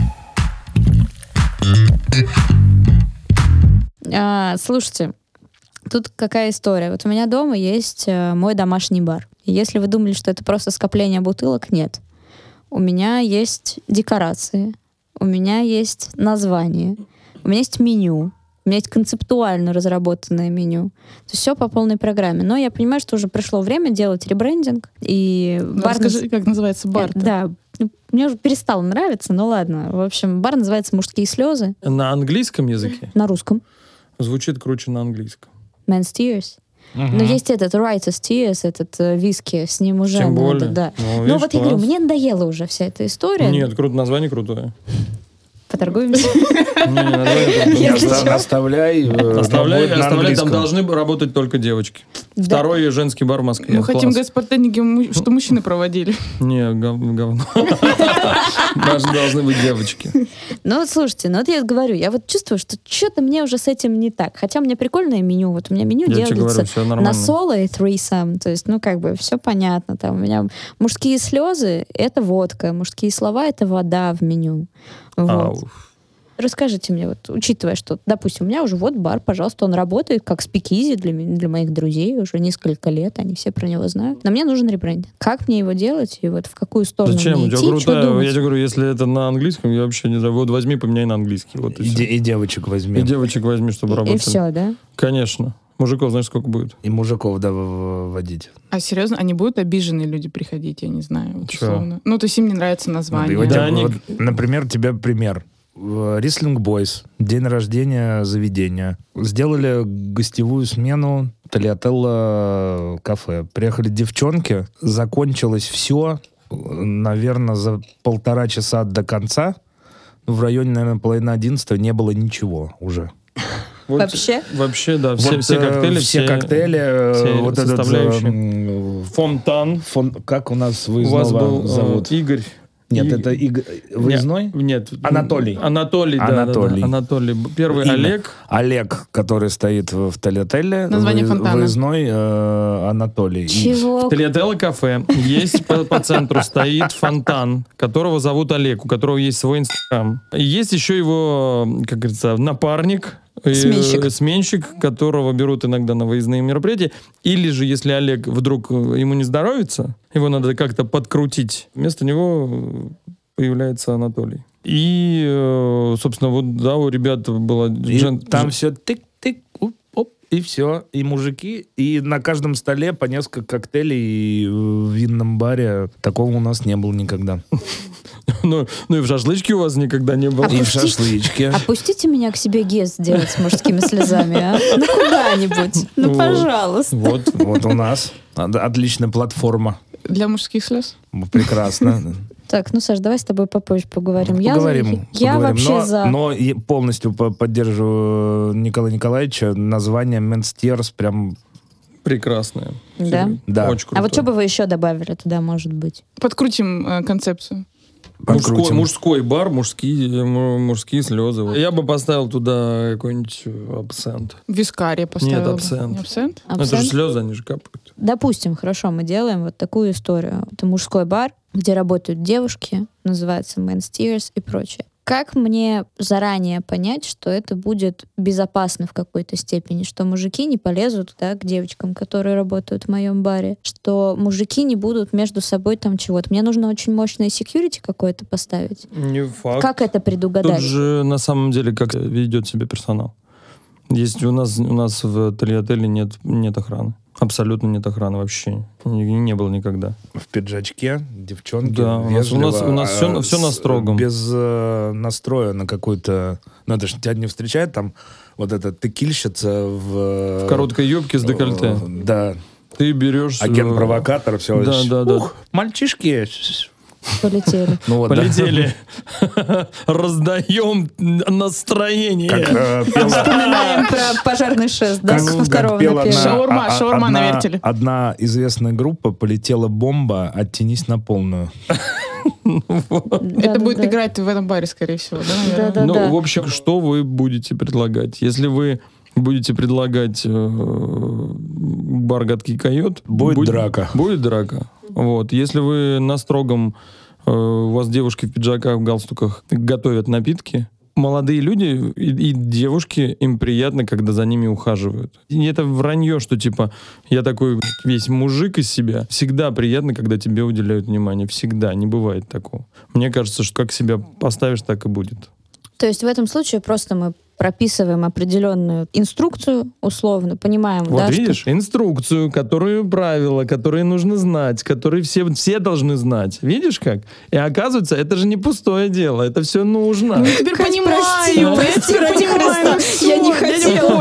А, слушайте, тут какая история. Вот у меня дома есть э, мой домашний бар. И если вы думали, что это просто скопление бутылок, нет. У меня есть декорации, у меня есть название, у меня есть меню, у меня есть концептуально разработанное меню. То есть все по полной программе. Но я понимаю, что уже пришло время делать ребрендинг. И Ну, бар... расскажи, как называется бар? Э, Да, ну, мне уже перестало нравиться, но ладно. В общем, бар называется «Мужские слезы» На английском языке на русском. звучит круче на английском. Men's Tears. Но есть этот Writer's Tears, этот э, виски, с ним уже Тем надо, более. да. Ну, Ну видишь, вот я говорю, класс. мне надоела уже вся эта история. Нет, круто, название крутое. Поторгуемся. Не, не, название крутое. Если оста- чё. Оставляй. э, но Оставляй, будет на оставляй, там английском. должны работать только девочки. Да. Второй женский бар в Москве. Мы хотим Класс. госпартенники, му- что мужчины проводили. Не, гов- говно. Даже должны быть девочки. Ну вот слушайте, ну вот я говорю, я вот чувствую, что что-то мне уже с этим не так. Хотя у меня прикольное меню. Вот у меня меню Я тебе делается говорю, все нормально. на соло и threesome. То есть, ну как бы все понятно. Там у меня мужские слезы — это водка, мужские слова — это вода в меню. Вот. Ау. Расскажите мне, вот, учитывая, что, допустим, у меня уже вот бар, пожалуйста, он работает как спикизи для, ме- для моих друзей уже несколько лет, они все про него знают. Но мне нужен ребрендинг. Как мне его делать и вот в какую сторону Зачем? мне У тебя идти, что крутая, думать? я тебе говорю, если это на английском, я вообще не знаю. Вот возьми, поменяй на английский. Вот и, И, всё. де- и девочек возьми. И девочек возьми, чтобы И работали. все, да? Конечно. Мужиков знаешь, сколько будет? И мужиков, да, в- в- водить. А серьезно, они будут обиженные люди приходить, я не знаю, вот Чё? условно. Ну, то есть им не нравится название. Вот Да, я- они- вот, например, тебе пример. В Riesling Boys, день рождения заведения. Сделали гостевую смену Тальятелла кафе. Приехали девчонки, закончилось все наверное, за полтора часа до конца, в районе, наверное, половины одиннадцатого не было ничего уже. Вот, Вообще? Вообще, да. Все, Вот, все э, коктейли, все, все, коктейли, э, все вот этот... составляющие. э, Фонтан. фон- как у нас У выездного вас был э, зовут? Игорь. Нет, И- это Игорь... Выездной? Нет, нет. Анатолий. Анатолий, да, Анатолий. да, да. Анатолий. Первый Имя. Олег. Олег, который стоит в, в Тольятеле. Название вы- фонтана. Выездной э, Анатолий. И- Чего? В Тольятелло кафе есть по, по центру стоит фонтан, которого зовут Олег, у которого есть свой инстаграм. И есть еще его, как говорится, напарник, э, Сменщик. сменщик, которого берут иногда на выездные мероприятия. Или же, если Олег вдруг э, ему не здоровится, его надо как-то подкрутить, вместо него э, появляется Анатолий. И, э, собственно, вот, да, у ребят была... И джен- там джен- все тык-тык, оп, оп, и все. И мужики, и на каждом столе по несколько коктейлей, и в винном баре такого у нас не было никогда. ну, ну и в шашлычке у вас никогда не было. А И в Опусти- шашлычке. Опустите меня к себе гест сделать с мужскими слезами, а? Ну куда-нибудь. Ну, Вот. пожалуйста. Вот. Вот у нас от- отличная платформа. Для мужских слез. Прекрасно. Так, ну, Саш, давай с тобой попозже поговорим. Я, Поговорим. я поговорим. вообще но, за... Но и полностью по- поддерживаю Николая Николаевича. Название Менстерс прям... Прекрасная. Да? Да. Очень круто. А вот что бы вы еще добавили туда, может быть? Подкрутим э, концепцию. Мужской, подкрутим. мужской бар, мужские, м- мужские слезы. Вот. Я бы поставил туда какой-нибудь э, абсент. Вискария поставила. Нет, бы. абсент. Не абсент? Ну, Это же Абсент? слезы, они же капают. Допустим, хорошо, мы делаем вот такую историю. Это мужской бар, где работают девушки, называется Men's Tears и прочее. Как мне заранее понять, что это будет безопасно в какой-то степени, что мужики не полезут, да, к девочкам, которые работают в моем баре, что мужики не будут между собой там чего-то. Мне нужно очень мощное security какое-то поставить. Не факт. Как это Тут предугадать? же на самом деле как ведет себя персонал. Есть у нас у нас в Тольятеле нет нет охраны. Абсолютно нет охраны вообще. Не, не было никогда. В пиджачке, девчонки, Да, у нас- у нас- вежливо, у нас всё- а, всё на с- строгом. Без э, настроя на какой-то... Ну, это же тебя не встречает там вот эта текильщица в... В короткой юбке с декольте. э, Да. Ты берешь... э, Агент-провокатор, все. Да, да, да. Мальчишки. Полетели. Ну, вот, да. Полетели. Раздаем настроение. Как э, пела... Вспоминаем про пожарный шест, да, Как, со как второго пела на первый. одна- Шаурма, а- а- шаурма на одна- вертеле. Одна известная группа «Полетела бомба, оттянись на полную». Это будет играть в этом баре, скорее всего, да, наверное? Да-да. Ну, в общем, что вы будете предлагать? Если вы будете предлагать э, бар «Гадкий койот», Будет драка. Будет драка. Вот. Если вы на строгом, э, у вас девушки в пиджаках, в галстуках готовят напитки, молодые люди и, и девушки, им приятно, когда за ними ухаживают. И это вранье, что типа я такой весь мужик из себя. Всегда приятно, когда тебе уделяют внимание. Всегда. Не бывает такого. Мне кажется, что как себя поставишь, так и будет. То есть в этом случае просто мы прописываем определенную инструкцию, условно, понимаем, Вот да, видишь, что... инструкцию, которую правила, которые нужно знать, которые все, все должны знать. Видишь как? И оказывается, это же не пустое дело, это все нужно. Ну, я теперь Кать, понимаю, прости, я прости, теперь ради понимаю, Христа. Я не всё, дядя хотела.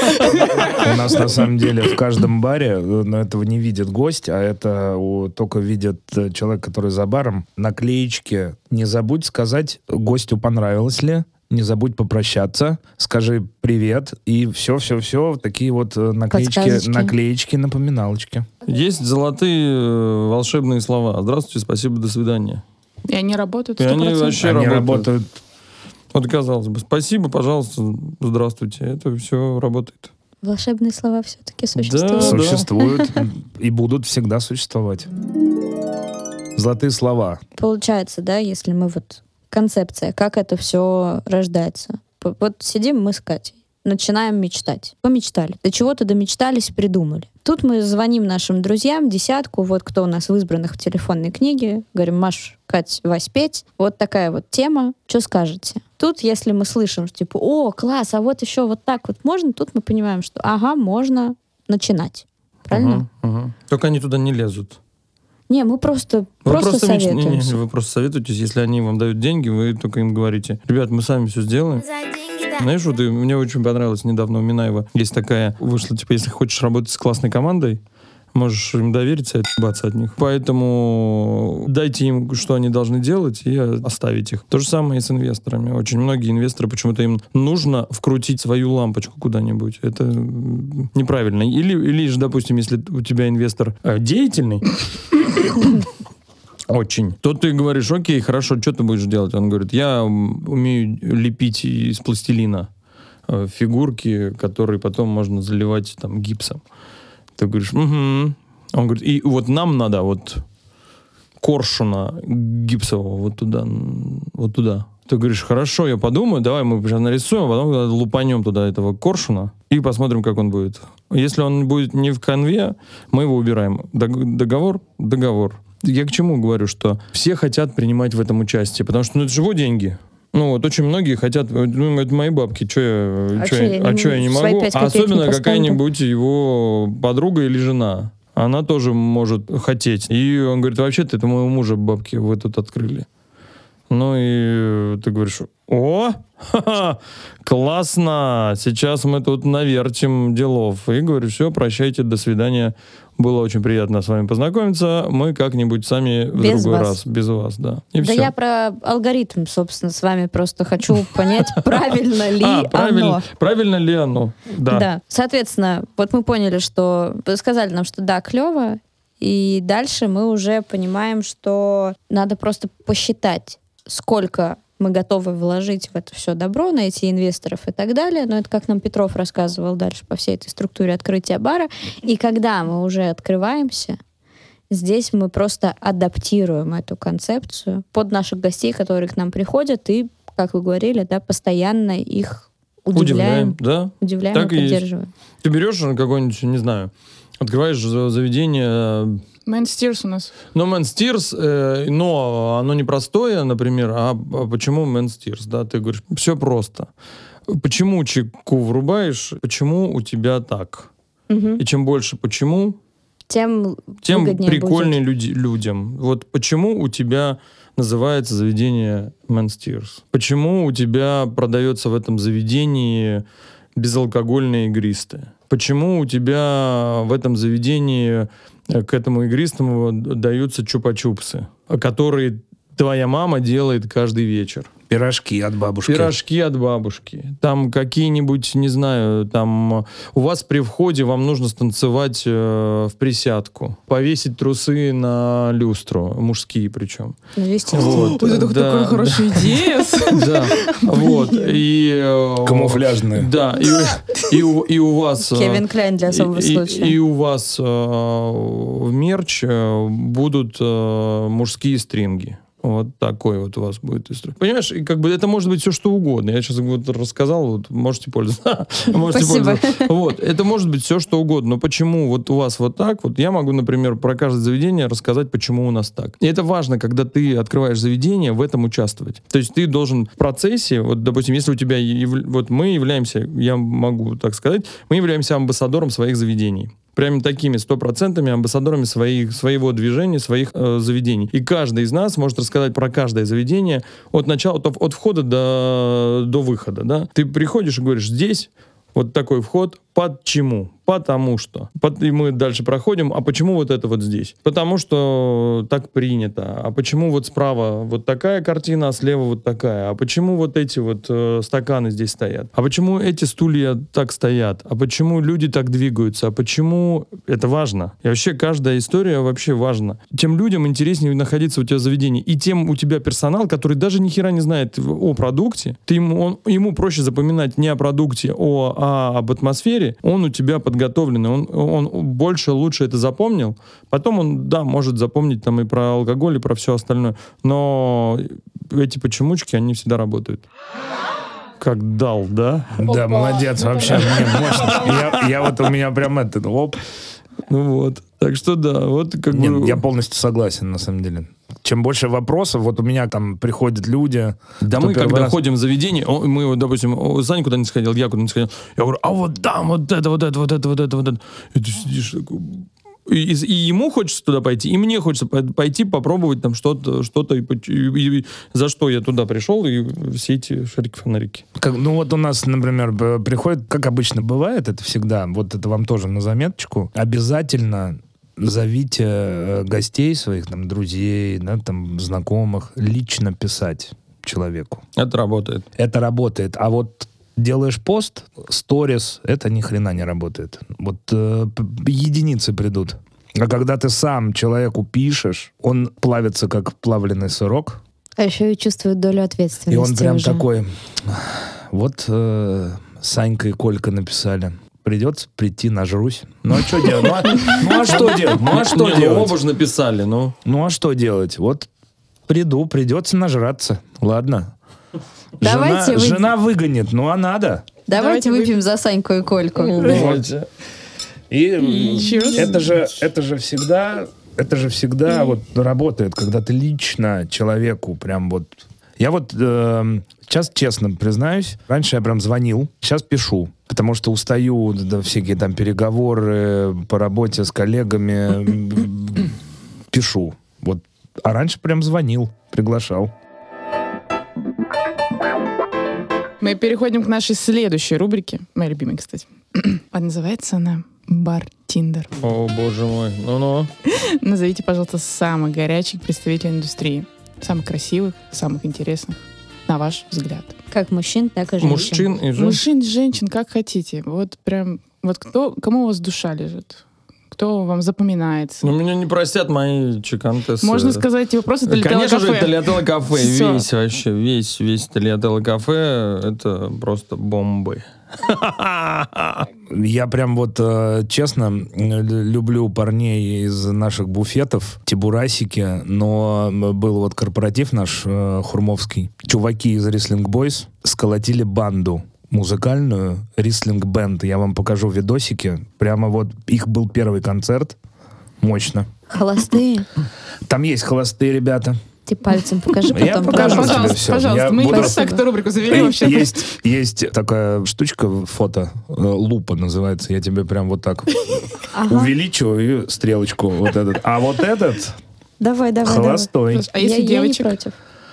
Коля. У нас на самом деле в каждом баре, э, но этого не видит гость, а это у- только видит э, человек, который за баром, наклеечки. Не забудь сказать гостю, понравилось ли. Не забудь попрощаться, скажи привет, и все-все-все, такие вот э, наклеечки, Подсказочки. наклеечки, напоминалочки. Есть золотые э, волшебные слова. Здравствуйте, спасибо, до свидания. И они работают И сто они процентов. вообще Они работают. работают. Вот казалось бы, спасибо, пожалуйста, здравствуйте. Это все работает. Волшебные слова все-таки существуют. Да. Существуют и будут всегда существовать. Золотые слова. Получается, да, если мы вот... Концепция, как это все рождается. П- Вот сидим мы с Катей, начинаем мечтать. Помечтали. До чего-то домечтались, придумали. Тут мы звоним нашим друзьям, десятку, вот кто у нас в избранных в телефонной книге, говорим: Маш, Кать, Вась, Петь, вот такая вот тема, что скажете? Тут, если мы слышим, что типа, о, класс, а вот еще вот так вот можно, тут мы понимаем, что ага, можно начинать. Правильно? Мгм, мгм. Только они туда не лезут. Не, мы просто, Вы просто, меч- не, не, советуемся. вы просто советуетесь, если они вам дают деньги, вы только им говорите: ребят, мы сами все сделаем. Знаешь, вот и мне очень понравилось недавно у Минаева. Есть такая, вышла, типа, если хочешь работать с классной командой, Можешь им довериться и отъебаться от них. Поэтому дайте им, что они должны делать, и оставить их. То же самое и с инвесторами. Очень многие инвесторы, почему-то им нужно вкрутить свою лампочку куда-нибудь. Это неправильно. Или, или же, допустим, если у тебя инвестор э, деятельный, очень, то ты говоришь, окей, хорошо, что ты будешь делать? Он говорит, я умею лепить из пластилина э, фигурки, которые потом можно заливать там гипсом. Ты говоришь, угу. Он говорит, и вот нам надо вот коршуна гипсового вот туда, вот туда. Ты говоришь, хорошо, я подумаю, давай мы сейчас нарисуем, а потом лупанем туда этого коршуна и посмотрим, как он будет. Если он будет не в конве, мы его убираем. Договор? Договор. Я к чему говорю, что все хотят принимать в этом участие, потому что ну, это же его деньги. Ну вот очень многие хотят, ну это мои бабки, что я, а что я, я, а что я не могу? А особенно не какая-нибудь его подруга или жена. Она тоже может хотеть. И он говорит, вообще-то это моего мужа бабки вы тут открыли. Ну и ты говоришь, о, ха-ха, классно, сейчас мы тут навертим делов. И говорю, все, прощайте, до свидания. Было очень приятно с вами познакомиться. Мы как-нибудь сами в без другой вас. раз, без вас, да. И да все. Я про алгоритм, собственно, с вами просто хочу понять, правильно ли а, правильно, оно. Правильно ли оно, да. Да. Соответственно, вот мы поняли, что... Вы сказали нам, что да, клево, и дальше мы уже понимаем, что надо просто посчитать, сколько мы готовы вложить в это все добро, найти инвесторов и так далее. Но это как нам Петров рассказывал дальше по всей этой структуре открытия бара. И когда мы уже открываемся, здесь мы просто адаптируем эту концепцию под наших гостей, которые к нам приходят, и, как вы говорили, да, постоянно их удивляем, удивляем, да? удивляем Так и и поддерживаем. есть. Ты берешь какой-нибудь, не знаю, открываешь заведение... Man Steers у нас. Но Man Steers, э, но оно не простое, например, а, а почему Man Steers, да, ты говоришь, все просто. Почему чеку врубаешь, почему у тебя так? Угу. И чем больше почему, тем, тем выгоднее прикольнее будет. люди, людям. Вот почему у тебя называется заведение Man Steers? Почему у тебя продается в этом заведении безалкогольное игристое? Почему у тебя в этом заведении к этому игристому даются чупа-чупсы, которые твоя мама делает каждый вечер? Пирожки от бабушки. Пирожки от бабушки. Там какие-нибудь, не знаю, там у вас при входе вам нужно станцевать э, в присядку, повесить трусы на люстру, мужские причем. Ну, естественно. Вот, Ой, это да, такая хорошая идея. Да, вот. И... Камуфляжные. Да, и у вас... Кевин Кляйн для особого случая. И у вас в мерч будут мужские стринги. Вот такой вот у вас будет история. Понимаешь, и как бы это может быть все что угодно. Я сейчас вот рассказал, вот можете пользоваться. можете Спасибо. пользоваться. Вот, это может быть все что угодно. Но почему вот у вас вот так? Вот я могу, например, про каждое заведение рассказать, почему у нас так. И это важно, когда ты открываешь заведение, в этом участвовать. То есть ты должен в процессе, вот, допустим, если у тебя, яв... вот мы являемся, я могу так сказать, мы являемся амбассадором своих заведений. Прямо такими стопроцентными амбассадорами своих, своего движения, своих э, заведений. И каждый из нас может рассказать про каждое заведение от начала, от, от входа до, до выхода. Да? Ты приходишь и говоришь, здесь вот такой вход, почему? Потому что. И мы дальше проходим, а почему вот это вот здесь? Потому что так принято. А почему вот справа вот такая картина, а слева вот такая? А почему вот эти вот э, стаканы здесь стоят? А почему эти стулья так стоят? А почему люди так двигаются? А почему... Это важно. И вообще каждая история вообще важна. Тем людям интереснее находиться у тебя в заведении. И тем у тебя персонал, который даже ни хера не знает о продукте, ты ему, он, ему проще запоминать не о продукте, о, а об атмосфере. Он у тебя подготовленный, он, он больше, лучше это запомнил. Потом он, да, может запомнить там и про алкоголь, и про все остальное. Но эти почемучки, они всегда работают. Как дал, да? Да, Опа. молодец, вообще, мне мощно. Я, я вот, у меня прям это, оп. Ну вот. Так что да, вот как Нет, бы... я полностью согласен, на самом деле. Чем больше вопросов, вот у меня там приходят люди... Да кто мы, первый когда раз- ходим в заведение, о, мы, вот, допустим, о, Саня куда-нибудь сходил, я куда-нибудь сходил, я говорю, а вот там вот это, вот это, вот это, вот это, вот это. И ты сидишь такой... И, и, и ему хочется туда пойти, и мне хочется пойти попробовать там что-то, что-то и, и, и за что я туда пришел, и все эти шарики-фонарики. Как, ну вот у нас, например, б- приходит, как обычно бывает, это всегда, вот это вам тоже на заметочку, обязательно зовите э, гостей своих, там, друзей, да, там, знакомых, лично писать человеку. Это работает. Это работает. А вот делаешь пост, сторис, это ни хрена не работает. Вот э, единицы придут. А когда ты сам человеку пишешь, он плавится, как плавленый сырок. А еще и чувствует долю ответственности. И он прям уже. такой, вот э, Санька и Колька написали. Придется прийти, нажрусь. Ну а что делать? Ну а, ну, а что делать? Ну а что Не, делать? Ну, оба же написали, ну. Ну а что делать? Вот приду, придется нажраться. Ладно. Давайте жена, вы- жена выгонит, ну а надо. Давайте, Давайте выпьем за Саньку и Кольку. Давайте. И Cheers. это же, это же всегда, это же всегда вот работает, когда ты лично человеку прям вот. Я вот э, сейчас честно признаюсь, раньше я прям звонил, сейчас пишу, потому что устаю, да, всякие там переговоры по работе с коллегами, пишу. Вот, а раньше прям звонил, приглашал. Мы переходим к нашей следующей рубрике, моей любимой, кстати. А называется она «Бар Тиндер». О, боже мой. Ну-ну. Назовите, пожалуйста, самых горячих представителей индустрии. Самых красивых, самых интересных, на ваш взгляд. Как мужчин, так и женщин. Мужчин и женщин. Мужчин, женщин, как хотите. Вот прям, вот кто, кому у вас душа лежит? Кто вам запоминается? Ну, меня не простят мои чеканты. Можно сказать, типа просто Тольятелло Конечно же, кафе. Тольятелло кафе. Всё. Весь вообще, весь, весь Тольятелло кафе, это просто бомбы. Я прям вот, э, честно, э, люблю парней из наших буфетов, тибурасики, но был вот корпоратив наш, э, хурмовский. Чуваки из Riesling Boys сколотили банду музыкальную, Riesling Band. Я вам покажу видосики. Прямо вот их был первый концерт. Мощно. Холостые. Там есть холостые ребята. Ты пальцем покажи Я потом. покажу Да, тебе пожалуйста, всё. пожалуйста. Я Мы буду- просто так эту рубрику завели вообще. Есть, есть такая штучка, фото, э, лупа называется. Я тебе прям вот так Ага. увеличиваю и стрелочку вот этот. А вот этот Давай, давай, давай. холостой. А если я, я не девочек? против.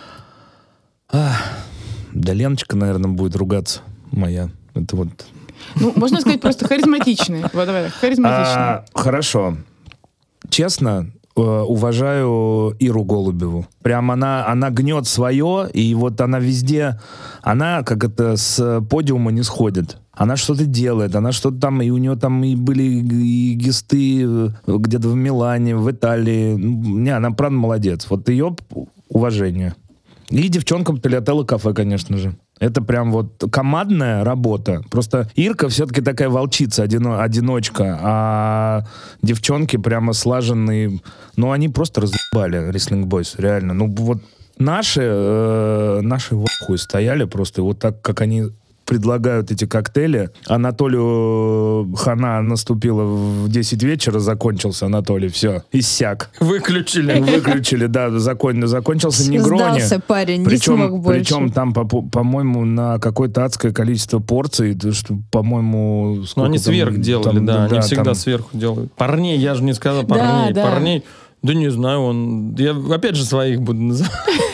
Да Леночка, наверное, будет ругаться моя. Это вот... Ну, можно сказать, просто харизматичные. Вот давай так, харизматичные. А, хорошо. Честно, э, уважаю Иру Голубеву. Прям она, она гнет свое, и вот она везде, она как это с подиума не сходит. Она что-то делает, она что-то там, и у нее там и были и гесты э, где-то в Милане, в Италии. Ну, не, она правда молодец. Вот ее уважение. И девчонкам Тольятелло кафе, конечно же. Это прям вот командная работа. Просто Ирка все-таки такая волчица, одино, одиночка, а девчонки прямо слаженные. Ну, они просто разъебали Riesling Boys, реально. Ну, вот наши, э, наши в хуй стояли просто. Вот так, как они предлагают эти коктейли. Анатолию хана наступила в десять вечера, закончился Анатолий, все, иссяк. Выключили. Выключили, да, закон, закончился Негрони. Сдался парень, не Причем, смог больше. причем там, по- по-моему, на какое-то адское количество порций, то, что, по-моему... Ну, сколько они там, сверх делали, там, да, они всегда там- сверху делают. Парней, я же не сказал парней, да. парней. Да не знаю, он... Я опять же своих буду называть.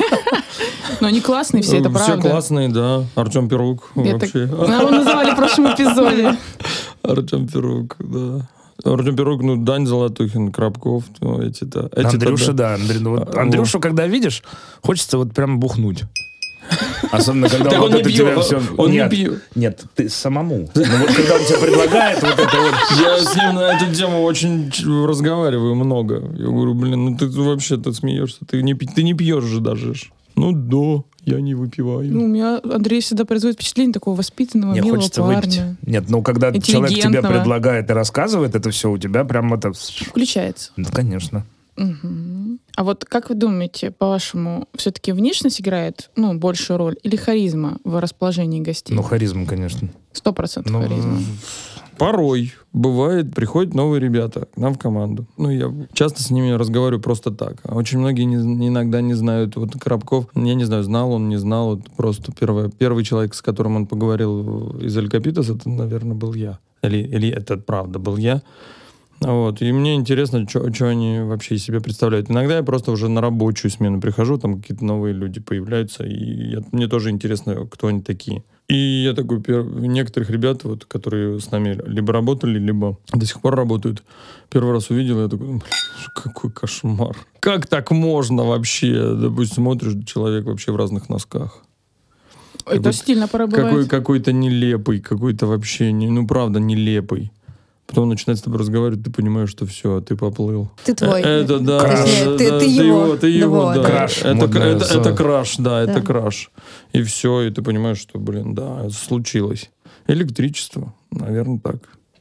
Но они классные все, это Все правда. классные, да. Артем Перук Это- вообще. Мы его называли в прошлом эпизоде. Артем Перук, да. Артем Перук, ну, Дань Золотухин, Крабков, ну, эти-то. эти-то, Андрюша, да. Андрю- ну, вот А, Андрюшу, когда видишь, хочется вот прям бухнуть. Особенно, когда Так вот он не это пьет, тебя все... он не нет, пьет. нет, ты самому. Ну, вот когда он тебе предлагает вот это вот... Я с ним на эту тему очень ч- разговариваю много. Я говорю, блин, ну ты вообще ты смеешься, ты не, пи- ты не пьешь же даже. ж». Ну да, я не выпиваю. Ну, у меня Андрей всегда производит впечатление такого воспитанного, Мне милого хочется парня. выпить. Нет, ну когда человек тебе Интеллигентного. предлагает и рассказывает это все, у тебя прям это... Включается. Ну, конечно. Мгм. А вот как вы думаете, по-вашему, все-таки внешность играет, ну, большую роль или харизма в расположении гостей? Ну, харизма, конечно. Сто процентов Ну, харизма. Порой бывает, приходят новые ребята к нам в команду. Ну, я часто с ними разговариваю просто так. А очень многие не- иногда не знают. Вот Коробков, я не знаю, знал он, не знал. Вот просто первое, первый человек, с которым он поговорил из Эль Капитас, это, наверное, был я. Или, или это правда был я. Вот. И мне интересно, что они вообще из себя представляют. Иногда я просто уже на рабочую смену прихожу, там какие-то новые люди появляются, и я- мне тоже интересно, кто они такие. И я такой, пер... некоторых ребят, вот, которые с нами либо работали, либо до сих пор работают, первый раз увидел, я такой, блин, какой кошмар. Как так можно вообще? Допустим, смотришь, человек вообще в разных носках. Это Какой- стильно порой бывает. Какой, какой-то нелепый, какой-то вообще, не, ну правда, нелепый. Потом он начинает с тобой разговаривать, ты понимаешь, что все, ты поплыл. Ты твой. Э, Это да, Точнее, да, ты- да, ты его. ты его, Да, да. Краш, Это, модное это, слово. это краш, да, это Да. краш. И все, и ты понимаешь, что, блин, да, это случилось. Электричество, наверное, так.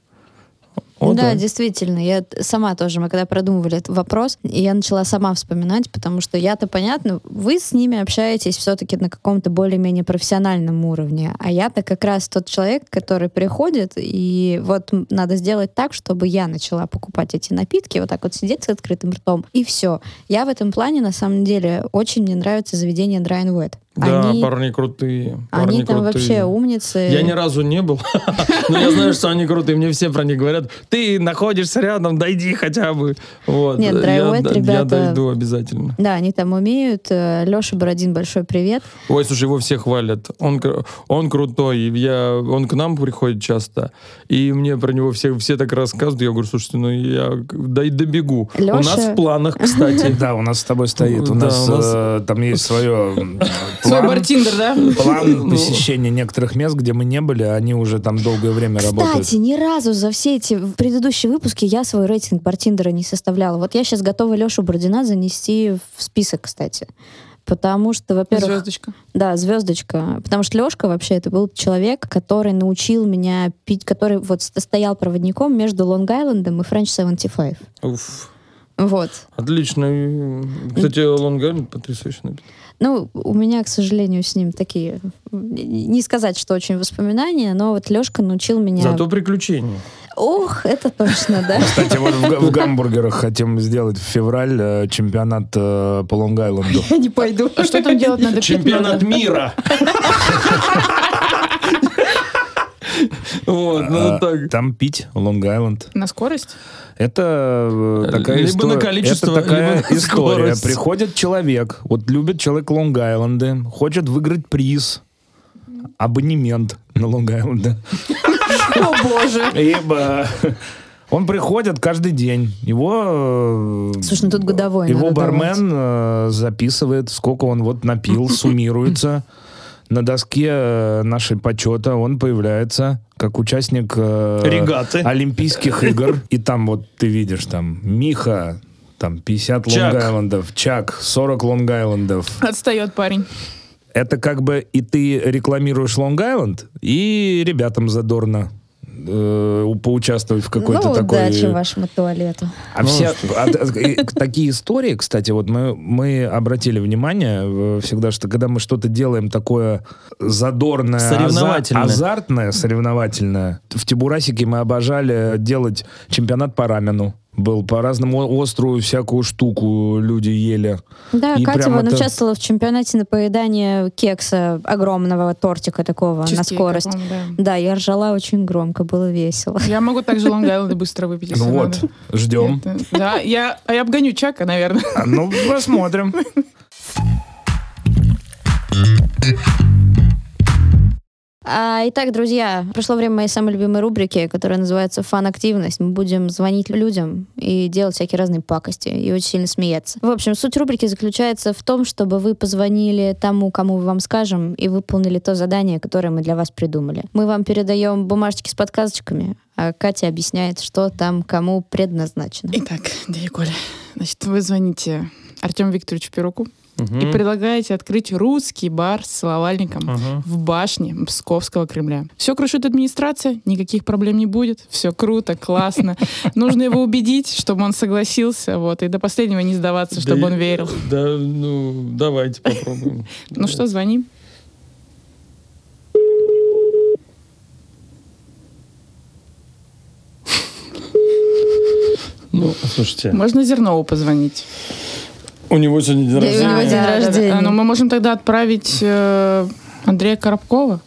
О, да, да. действительно. Я т- сама тоже, мы когда продумывали этот вопрос, и я начала сама вспоминать, потому что я-то, понятно, вы с ними общаетесь все-таки на каком-то более-менее профессиональном уровне, а я-то как раз тот человек, который приходит, и вот м, надо сделать так, чтобы я начала покупать эти напитки, вот так вот сидеть с открытым ртом, и все. Я в этом плане, на самом деле, очень мне нравится заведение Dry and Wet. Да, они, парни крутые. Парни они там крутые. вообще умницы. Я ни разу не был, но я знаю, что они крутые. Мне все про них говорят, ты находишься рядом, дойди хотя бы. Вот. Нет, Dry я, Wet, д- я ребята- дойду обязательно. Да, они там умеют. Леша Бородин, большой привет. Ой, слушай, его все хвалят. Он, кр- он крутой. И Я, он к нам приходит часто. И мне про него все, все так рассказывают. Я говорю, слушайте, ну я дай добегу. У Лёша- нас в планах, кстати. Да, у нас с тобой стоит. У Да, нас у нас- э, там есть свое Свой план, бартиндер, да? план Ну. посещения некоторых мест, где мы не были, а они уже там долгое время работают. Кстати, ни разу за все эти предыдущие выпуски я свой рейтинг бартендера не составляла. Вот я сейчас готова Лешу Бородина занести в список, кстати. Потому что, во-первых... Звездочка. Да, звездочка. Потому что Лешка вообще это был человек, который научил меня пить, который вот ст- стоял проводником между Лонг-Айлендом и Френч семьдесят пять. Уф. Вот. Отлично. И, Кстати, Лонг-Айленд потрясающий напиток. Ну, у меня, к сожалению, с ним такие, не сказать, что очень воспоминания, но вот Лешка научил меня... Зато приключения. Ох, это точно, да. Кстати, вот в, га- в гамбургерах хотим сделать в февраль э, чемпионат э, по Лонг-Айленду. Я не пойду. А что там делать надо? Чемпионат мира. Вот, ну А, так. Там пить Лонг-Айленд. На скорость? Это э, такая Либо история. на количество, это такая либо на история. скорость. Приходит человек, вот любит человек Лонг-Айленды, хочет выиграть приз, абонемент на Лонг-Айленды. О, боже. Ибо он приходит каждый день. Его э, Слушай, ну тут годовой его надо бармен э, записывает, сколько он вот напил, суммируется. На доске э, нашей почета он появляется как участник э, Регаты. Олимпийских игр. И там вот ты видишь, там Миха, там пятьдесят Чак. Лонг-Айлендов, Чак, сорок Лонг-Айлендов. Отстает парень. Это как бы и ты рекламируешь Лонг-Айленд, и ребятам задорно э, поучаствовать в какой-то Ну, такой... удачи вашему туалету. А все а, э, такие истории, кстати, вот мы, мы обратили внимание э, всегда, что когда мы что-то делаем такое задорное, Соревновательное. аза- азартное, соревновательное, в Тибурасике мы обожали делать чемпионат по рамену. Был по-разному острую всякую штуку люди ели. Да, И Катя прям вон это- участвовала в чемпионате на поедание кекса, огромного тортика такого на Чизкейк, скорость. по-моему, да. Да, я ржала очень громко, было весело. Я могу также Лонг-Айленды быстро выпить, если Вот, надо. ждем. Это- Да, я, а я обгоню Чака, наверное. А, Ну, посмотрим. А, итак, друзья, пришло время моей самой любимой рубрики, которая называется «Фан-активность». Мы будем звонить людям и делать всякие разные пакости, и очень сильно смеяться. В общем, суть рубрики заключается в том, чтобы вы позвонили тому, кому мы вам скажем, и выполнили то задание, которое мы для вас придумали. Мы вам передаем бумажечки с подсказочками, а Катя объясняет, что там кому предназначено. Итак, дядя Коля, значит, вы звоните Артему Викторовичу Перуку Мгм. и предлагаете открыть русский бар с целовальником Ага. в башне Псковского Кремля. Все крушит администрация, никаких проблем не будет, все круто, классно. Нужно его убедить, чтобы он согласился, вот, и до последнего не сдаваться, чтобы Да он и- верил. Да, ну, давайте попробуем. Ну что, звоним. Ну, слушайте, Можно Зернову позвонить. у него сегодня день Да, и у рождения. него день рождения. А, ну, мы можем тогда отправить э, Андрея Коробкова.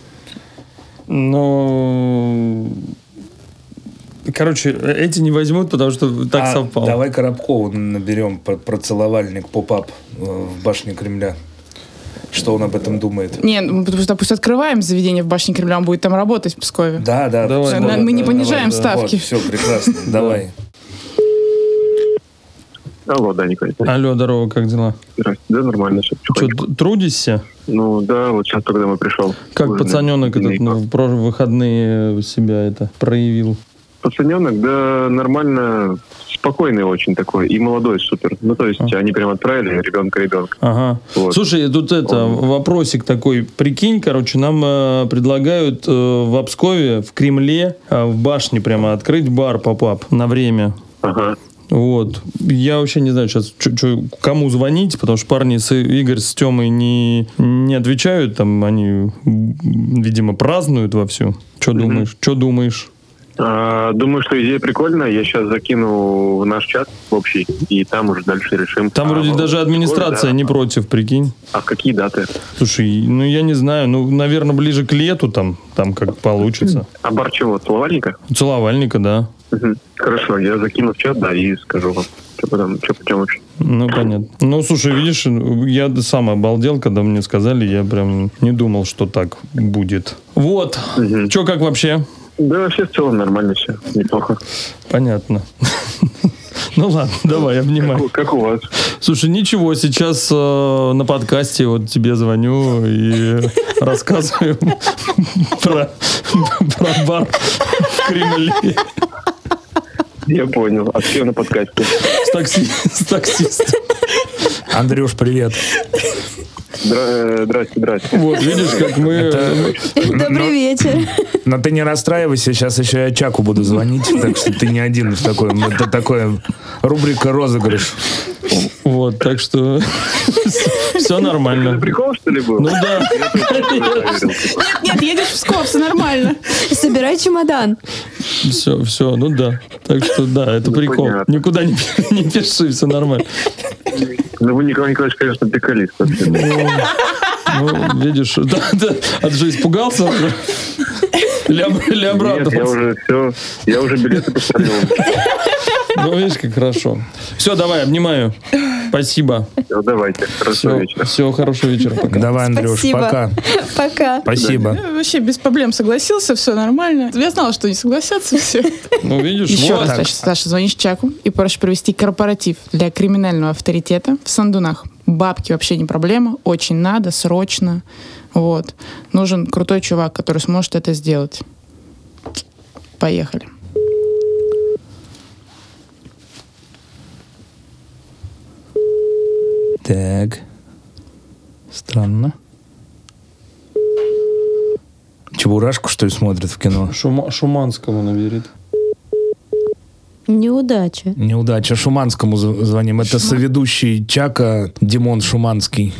Ну, короче, эти не возьмут, потому что так А, совпало. Давай Коробкову наберем про, про целовальник поп-ап э, в башне Кремля. что он об этом думает. Не, ну, потому что пусть открываем заведение в Башне Кремля, он будет там работать в Пскове. Да, да. Давай, Мы давай, не давай, понижаем давай, ставки. Вот, все, прекрасно. Давай. Алло, да, Николай. Алло, здорово, как дела? Здравствуйте. Да, нормально, сейчас Что, потихоньку. трудишься? Ну, да, вот сейчас только домой пришел. Как Ужинаю. пацаненок этот Семейка. ну, в прошлые выходные себя это проявил? Пацаненок, да, нормально, спокойный очень такой, и молодой супер. Ну, то есть, А. они прям отправили ребенка-ребенка. Ага. Вот. Слушай, тут это, Он- вопросик такой. Прикинь, короче, нам э, предлагают э, в Обскове, в Кремле, э, в башне прямо открыть бар поп-ап на время. Ага. Вот. Я вообще не знаю сейчас, чё- чё- кому звонить, потому что парни, с Игорь с Тёмой не, не отвечают, там они, м, видимо, празднуют вовсю. Что Мгм. думаешь? Что думаешь? А, думаю, что идея прикольная. Я сейчас закину в наш чат в общий, и там уже дальше решим. Там А, вроде вот, даже администрация да. не против, прикинь. А в какие даты? Слушай, ну я не знаю, ну, наверное, ближе к лету там, там как получится. А бар чего? Целовальника? Целовальника, да. Мгм. Хорошо, я закину в чат, да, и скажу вам, что потом, что почем вообще. Ну, понятно. Ну, слушай, видишь, я сам обалдел, когда мне сказали, я прям не думал, что так будет. Вот. Мгм. Че, как вообще? Да, вообще в целом нормально все, неплохо. Понятно. Ну ладно, давай, обнимай. Как, у- как у вас? Слушай, ничего, сейчас э, на подкасте вот тебе звоню и рассказываю про, про бар в Кремле Я понял. А все на подкасте? с, такси, с таксистом. Андрюш, привет. Здра- Здрасте, здрасте. Вот, видишь, как мы... Добрый вечер. Но ты не расстраивайся, сейчас еще я Чаку буду звонить, так что ты не один в такой. Это такое рубрика розыгрыш. Вот, так что все Это нормально. прикол, что ли, был? Ну да. Нет, едешь в Псков, все нормально. Собирай чемодан. Все, все, ну да. Так что да, это Ну, прикол. понятно. Никуда не, не пиши, все нормально. Ну, вы, Николай Николаевич, конечно, приколист вообще. Ну, видишь, да, да. А ты же испугался уже? Или, об- или Нет, я обрадовался? уже все, я уже билеты посмотрел. Ну, видишь, как хорошо. Все, давай, обнимаю. Спасибо. Всё, давайте, хорошего Все, вечера. все, хорошего вечера. Пока. Давай, Андрюш, Спасибо. пока. Пока. Спасибо. Э, Вообще без проблем согласился, все нормально. Я знала, что не согласятся все. Ну, видишь, Еще вот. раз, Саша, Саша, звонишь Чаку и просишь провести корпоратив для криминального авторитета в Сандунах. Бабки вообще не проблема, очень надо, срочно. Вот. Нужен крутой чувак, который сможет это сделать. Поехали. Так. Странно. Чебурашку, что ли, смотрит в кино? Шума- Шуманскому наберет. Неудача. Неудача. Шуманскому з- звоним. Это соведущий Чака Димон Шуманский.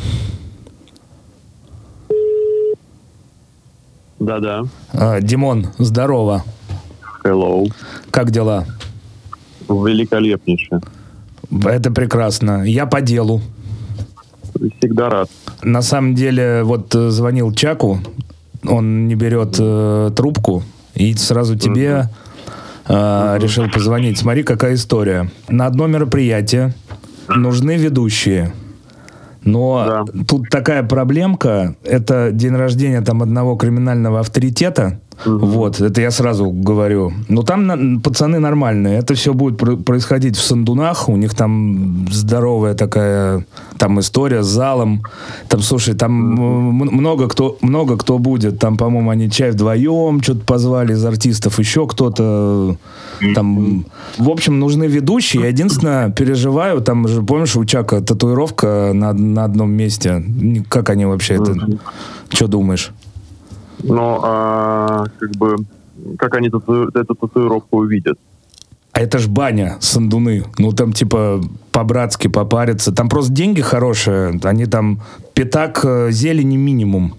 Да-да. А, Димон, здорово. Hello. Как дела? Великолепнейше. Это прекрасно. Я по делу. Всегда рад. На самом деле, вот э, звонил Чаку, он не берет э, трубку, и сразу тебе э, решил позвонить. Смотри, какая история. На одно мероприятие нужны ведущие. Но Да. тут такая проблемка. Это день рождения там одного криминального авторитета. Вот, это я сразу говорю. Но там на- пацаны нормальные. Это все будет про- происходить в Сандунах. У них там здоровая такая там история с залом. Там, слушай, там м- много кто, много кто будет. Там, по-моему, они чай вдвоем что-то позвали из артистов. Еще кто-то там. В общем, нужны ведущие. Я единственное переживаю. Там же, помнишь, у Чака татуировка на, на одном месте. Как они вообще это... Что думаешь? Ну, а как бы, как они тату- эту татуировку увидят? А это ж баня, Сандуны. Ну, там, типа, по-братски попариться. Там просто деньги хорошие. Они там пятак э, зелени минимум.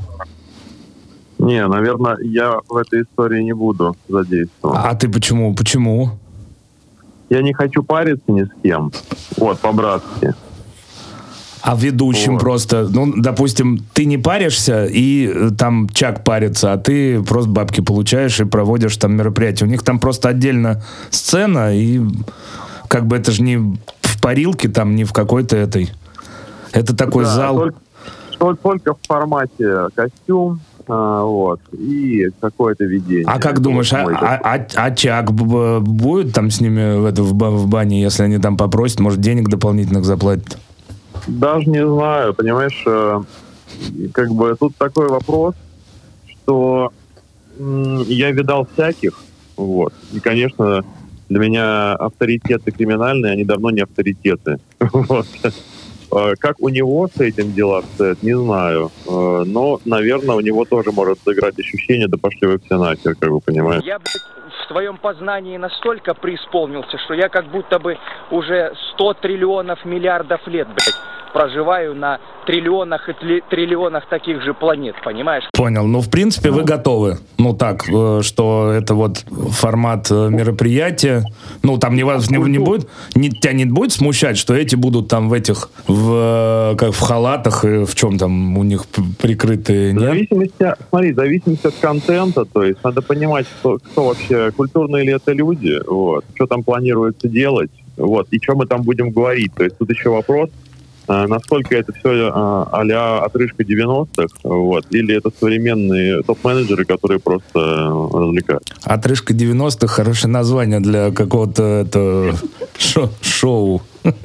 Не, наверное, я в этой истории не буду задействован. А ты почему? Почему? Я не хочу париться ни с кем. Вот, по-братски. А ведущим Вот. просто, ну, допустим, ты не паришься, и э, там Чак парится, а ты просто бабки получаешь и проводишь там мероприятие. У них там просто отдельно сцена, и как бы это же не в парилке, там, не в какой-то этой. Это такой Да, зал. Только, Только в формате костюм, а, вот, и какое-то видение. А как думаешь, а, а, а, а Чак б- будет там с ними в, это, в, ба- в бане, если они там попросят, может, денег дополнительных заплатят? Даже не знаю, понимаешь, э, как бы тут такой вопрос, что м, я видал всяких, вот, и, конечно, для меня авторитеты криминальные, они давно не авторитеты, вот. Э, Как у него с этим дела обстоят, не знаю. Э, Но, наверное, у него тоже может сыграть ощущение, да пошли вы все нахер, как вы понимаете. Я, блядь, в своем познании настолько преисполнился, что я как будто бы уже сто триллионов миллиардов лет, блядь, проживаю на триллионах и тли- триллионах таких же планет, понимаешь? Понял. Ну, в принципе, вы готовы. Ну, так, э, что это вот формат э, мероприятия. Ну, там не, вас, не, не будет, не, тебя не будет смущать, что эти будут там в этих, в, э, как в халатах и в чем там у них п- прикрытые, В нет? зависимости, смотри, в зависимости от контента, то есть надо понимать, кто, кто вообще, культурные ли это люди, вот, что там планируется делать, вот, и что мы там будем говорить. То есть тут еще вопрос, а, насколько это все а, а-ля отрыжка девяностых, вот, или это современные топ-менеджеры, которые просто э, развлекают. Отрыжка девяностых — хорошее название для какого-то это, шо- шоу.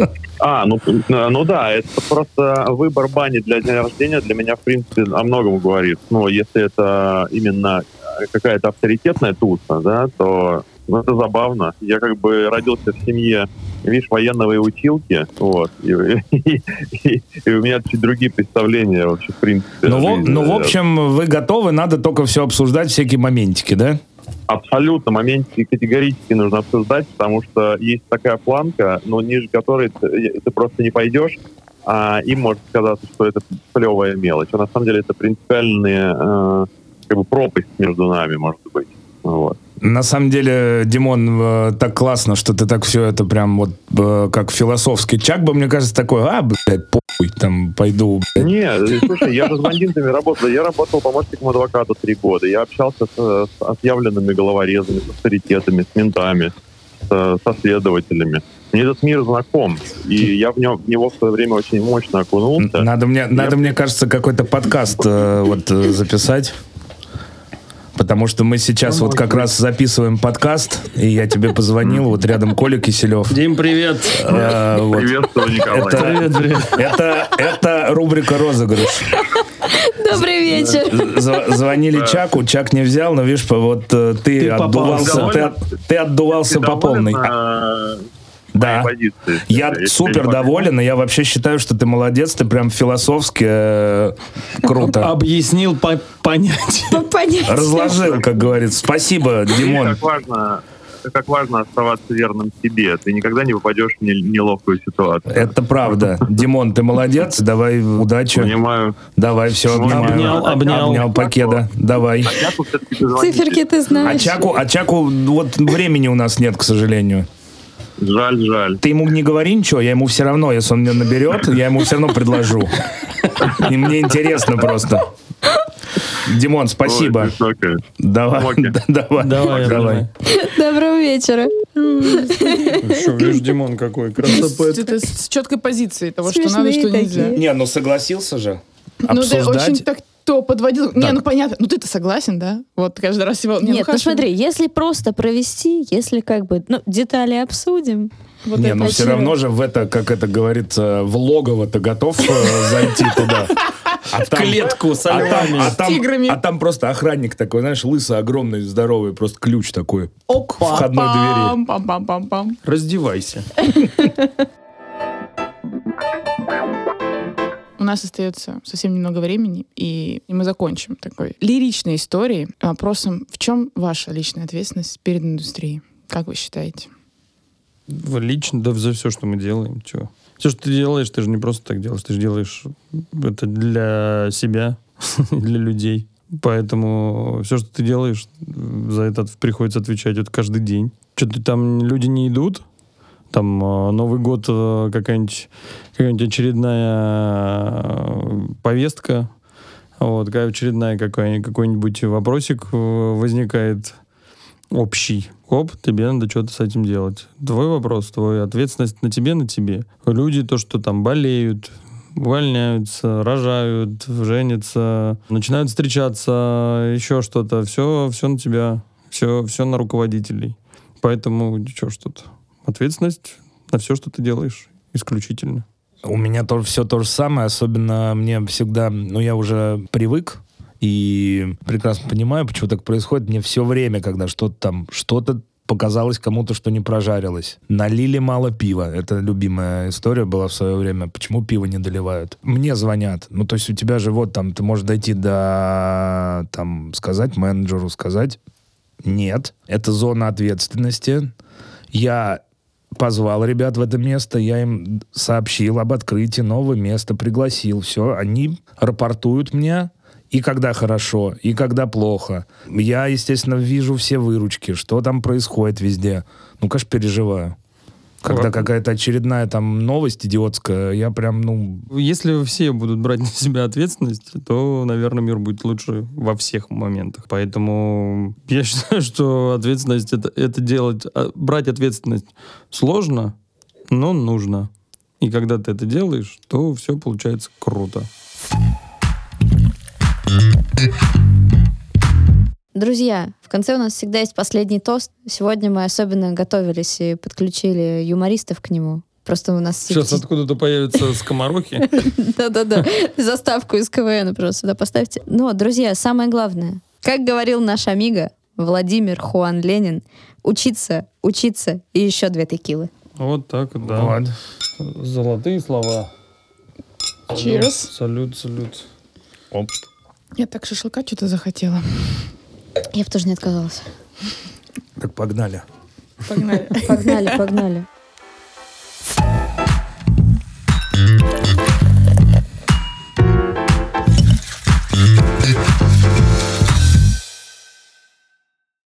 А, ну, э, ну да, это просто выбор бани для дня рождения для меня, в принципе, о многом говорит. Ну, если это именно какая-то авторитетная туса, да, то ну, это забавно. Я как бы родился в семье, видишь, военного и училки, вот, и, и, и, и у меня чуть другие представления вообще, в принципе. Ну, в, жизни. ну, в общем, вы готовы, надо только все обсуждать, всякие моментики, да? Абсолютно, моменты категорически нужно обсуждать, потому что есть такая планка, но ниже которой ты, ты просто не пойдешь, а им может казаться, что это плевая мелочь. А на самом деле это принципиальная э, как бы пропасть между нами, может быть. Вот. На самом деле, Димон, э, так классно, что ты так все это прям вот э, как философский. Чак бы, мне кажется, такой, а, блядь, похуй, там, пойду, блядь. Не, слушай, я же с бандитами работал. Я работал помощником адвоката три года. Я общался с, с отъявленными головорезами, с авторитетами, с ментами, с, со следователями. Мне этот мир знаком, и я в, нем, в него в свое время очень мощно окунулся. Надо мне, надо, мне кажется, какой-то подкаст э, вот э, записать. Потому что мы сейчас вот как раз записываем подкаст, и я тебе позвонил, вот рядом Коля Киселев. Дим, привет. Э, вот. Приветствую, Николай. Это, Привет, привет. это, это рубрика «Розыгрыш». Добрый вечер. З- Звонили Чаку, Чак не взял, но видишь, вот э, ты, Ты отдувался, попался. ты, от- ты отдувался Ты по полной. доволен, э, Да. моей позиции? Я Если супер не доволен, и я вообще считаю, что ты молодец, ты прям философски э, круто. Объяснил по понятию. Понятно. Разложил, как говорится. Спасибо, Видишь, Димон. Как важно, как важно оставаться верным себе. Ты никогда не попадешь в не- неловкую ситуацию. Это правда. Димон, ты молодец, давай удачи. Понимаю. Давай, все, обнимаю. Обнял, обнял. Обнял покеда. Давай. А Чаку все-таки ты звонишь. Циферки ты А знаешь. Чаку, а Чаку вот времени у нас нет, к сожалению. Жаль, жаль. Ты ему не говори ничего, я ему все равно, если он меня наберет, я ему все равно предложу. И мне интересно просто. Димон, спасибо. Ой, ты соколь. Давай, Окей. да, давай, Давай, давай. Доброго вечера. Что, видишь, Димон какой красавец. Это с четкой позицией того, что надо, Смешные что нельзя. такие. Не, ну согласился же. Ну да, Обсуждать. очень так то подводил. Не, Так. ну понятно. Ну ты-то согласен, да? Вот каждый раз его... Не, ну, Нет, ну хорошо. смотри, если просто провести, если как бы, ну, детали обсудим. Вот Не, это ну все очевидно. равно же в это, как это говорится, в логово ты готов э, зайти туда. А там- Клетку со а там, львами. а там- Тиграми. а там просто охранник такой, знаешь, лысый, огромный, здоровый, просто ключ такой. Ок, входной двери. Пам-пам-пам-пам. Раздевайся. У нас остается совсем немного времени, и, и мы закончим такой лиричной историей вопросом, в чем ваша личная ответственность перед индустрией? Как вы считаете? В- Лично, да, за все, что мы делаем. Чё? Все, что ты делаешь, ты же не просто так делаешь. Ты же делаешь это для себя, для людей. Поэтому все, что ты делаешь, за это приходится отвечать вот каждый день. Что-то там люди не идут. Там э, Новый год, э, какая-нибудь, какая-нибудь очередная э, повестка, вот, какая очередная какая, какой-нибудь вопросик э, возникает общий. Оп, тебе надо что-то с этим делать. Твой вопрос, твоя ответственность на тебе, на тебе. Люди, то, что там болеют, увольняются, рожают, женятся, начинают встречаться, еще что-то. Все, все на тебя, все, все на руководителей. Поэтому что ж тут? Ответственность на все, что ты делаешь, исключительно. У меня тоже все то же самое, особенно мне всегда, ну я уже привык и прекрасно понимаю, почему так происходит. Мне все время, когда что-то там, что-то показалось кому-то, что не прожарилось. Налили мало пива. Это любимая история была в свое время. Почему пиво не доливают? Мне звонят. Ну, то есть у тебя же вот там, ты можешь дойти до, там, сказать менеджеру, сказать, нет, это зона ответственности. Я позвал ребят в это место, я им сообщил об открытии нового места, пригласил, все. Они рапортуют мне, и когда хорошо, и когда плохо. Я, естественно, вижу все выручки, что там происходит везде. Ну, конечно, переживаю. Когда Вот. какая-то очередная там новость идиотская, я прям, ну... Если все будут брать на себя ответственность, то, наверное, мир будет лучше во всех моментах. Поэтому я считаю, что ответственность это, это делать, а, брать ответственность сложно, но нужно. И когда ты это делаешь, то все получается круто. Друзья, в конце у нас всегда есть последний тост. Сегодня мы особенно готовились и подключили юмористов к нему. Просто у нас... Сейчас откуда-то появятся скоморохи. Да-да-да. Заставку из КВН просто сюда поставьте. Но, друзья, самое главное. Как говорил наш амиго Владимир Хуан Ленин, учиться, учиться и еще две текилы. Вот так вот, да. Вот. Золотые слова. Cheers. Салют, салют. Оп. Я так шашлыка что-то захотела. Я бы тоже не отказалась. Так погнали. Погнали. Погнали, погнали.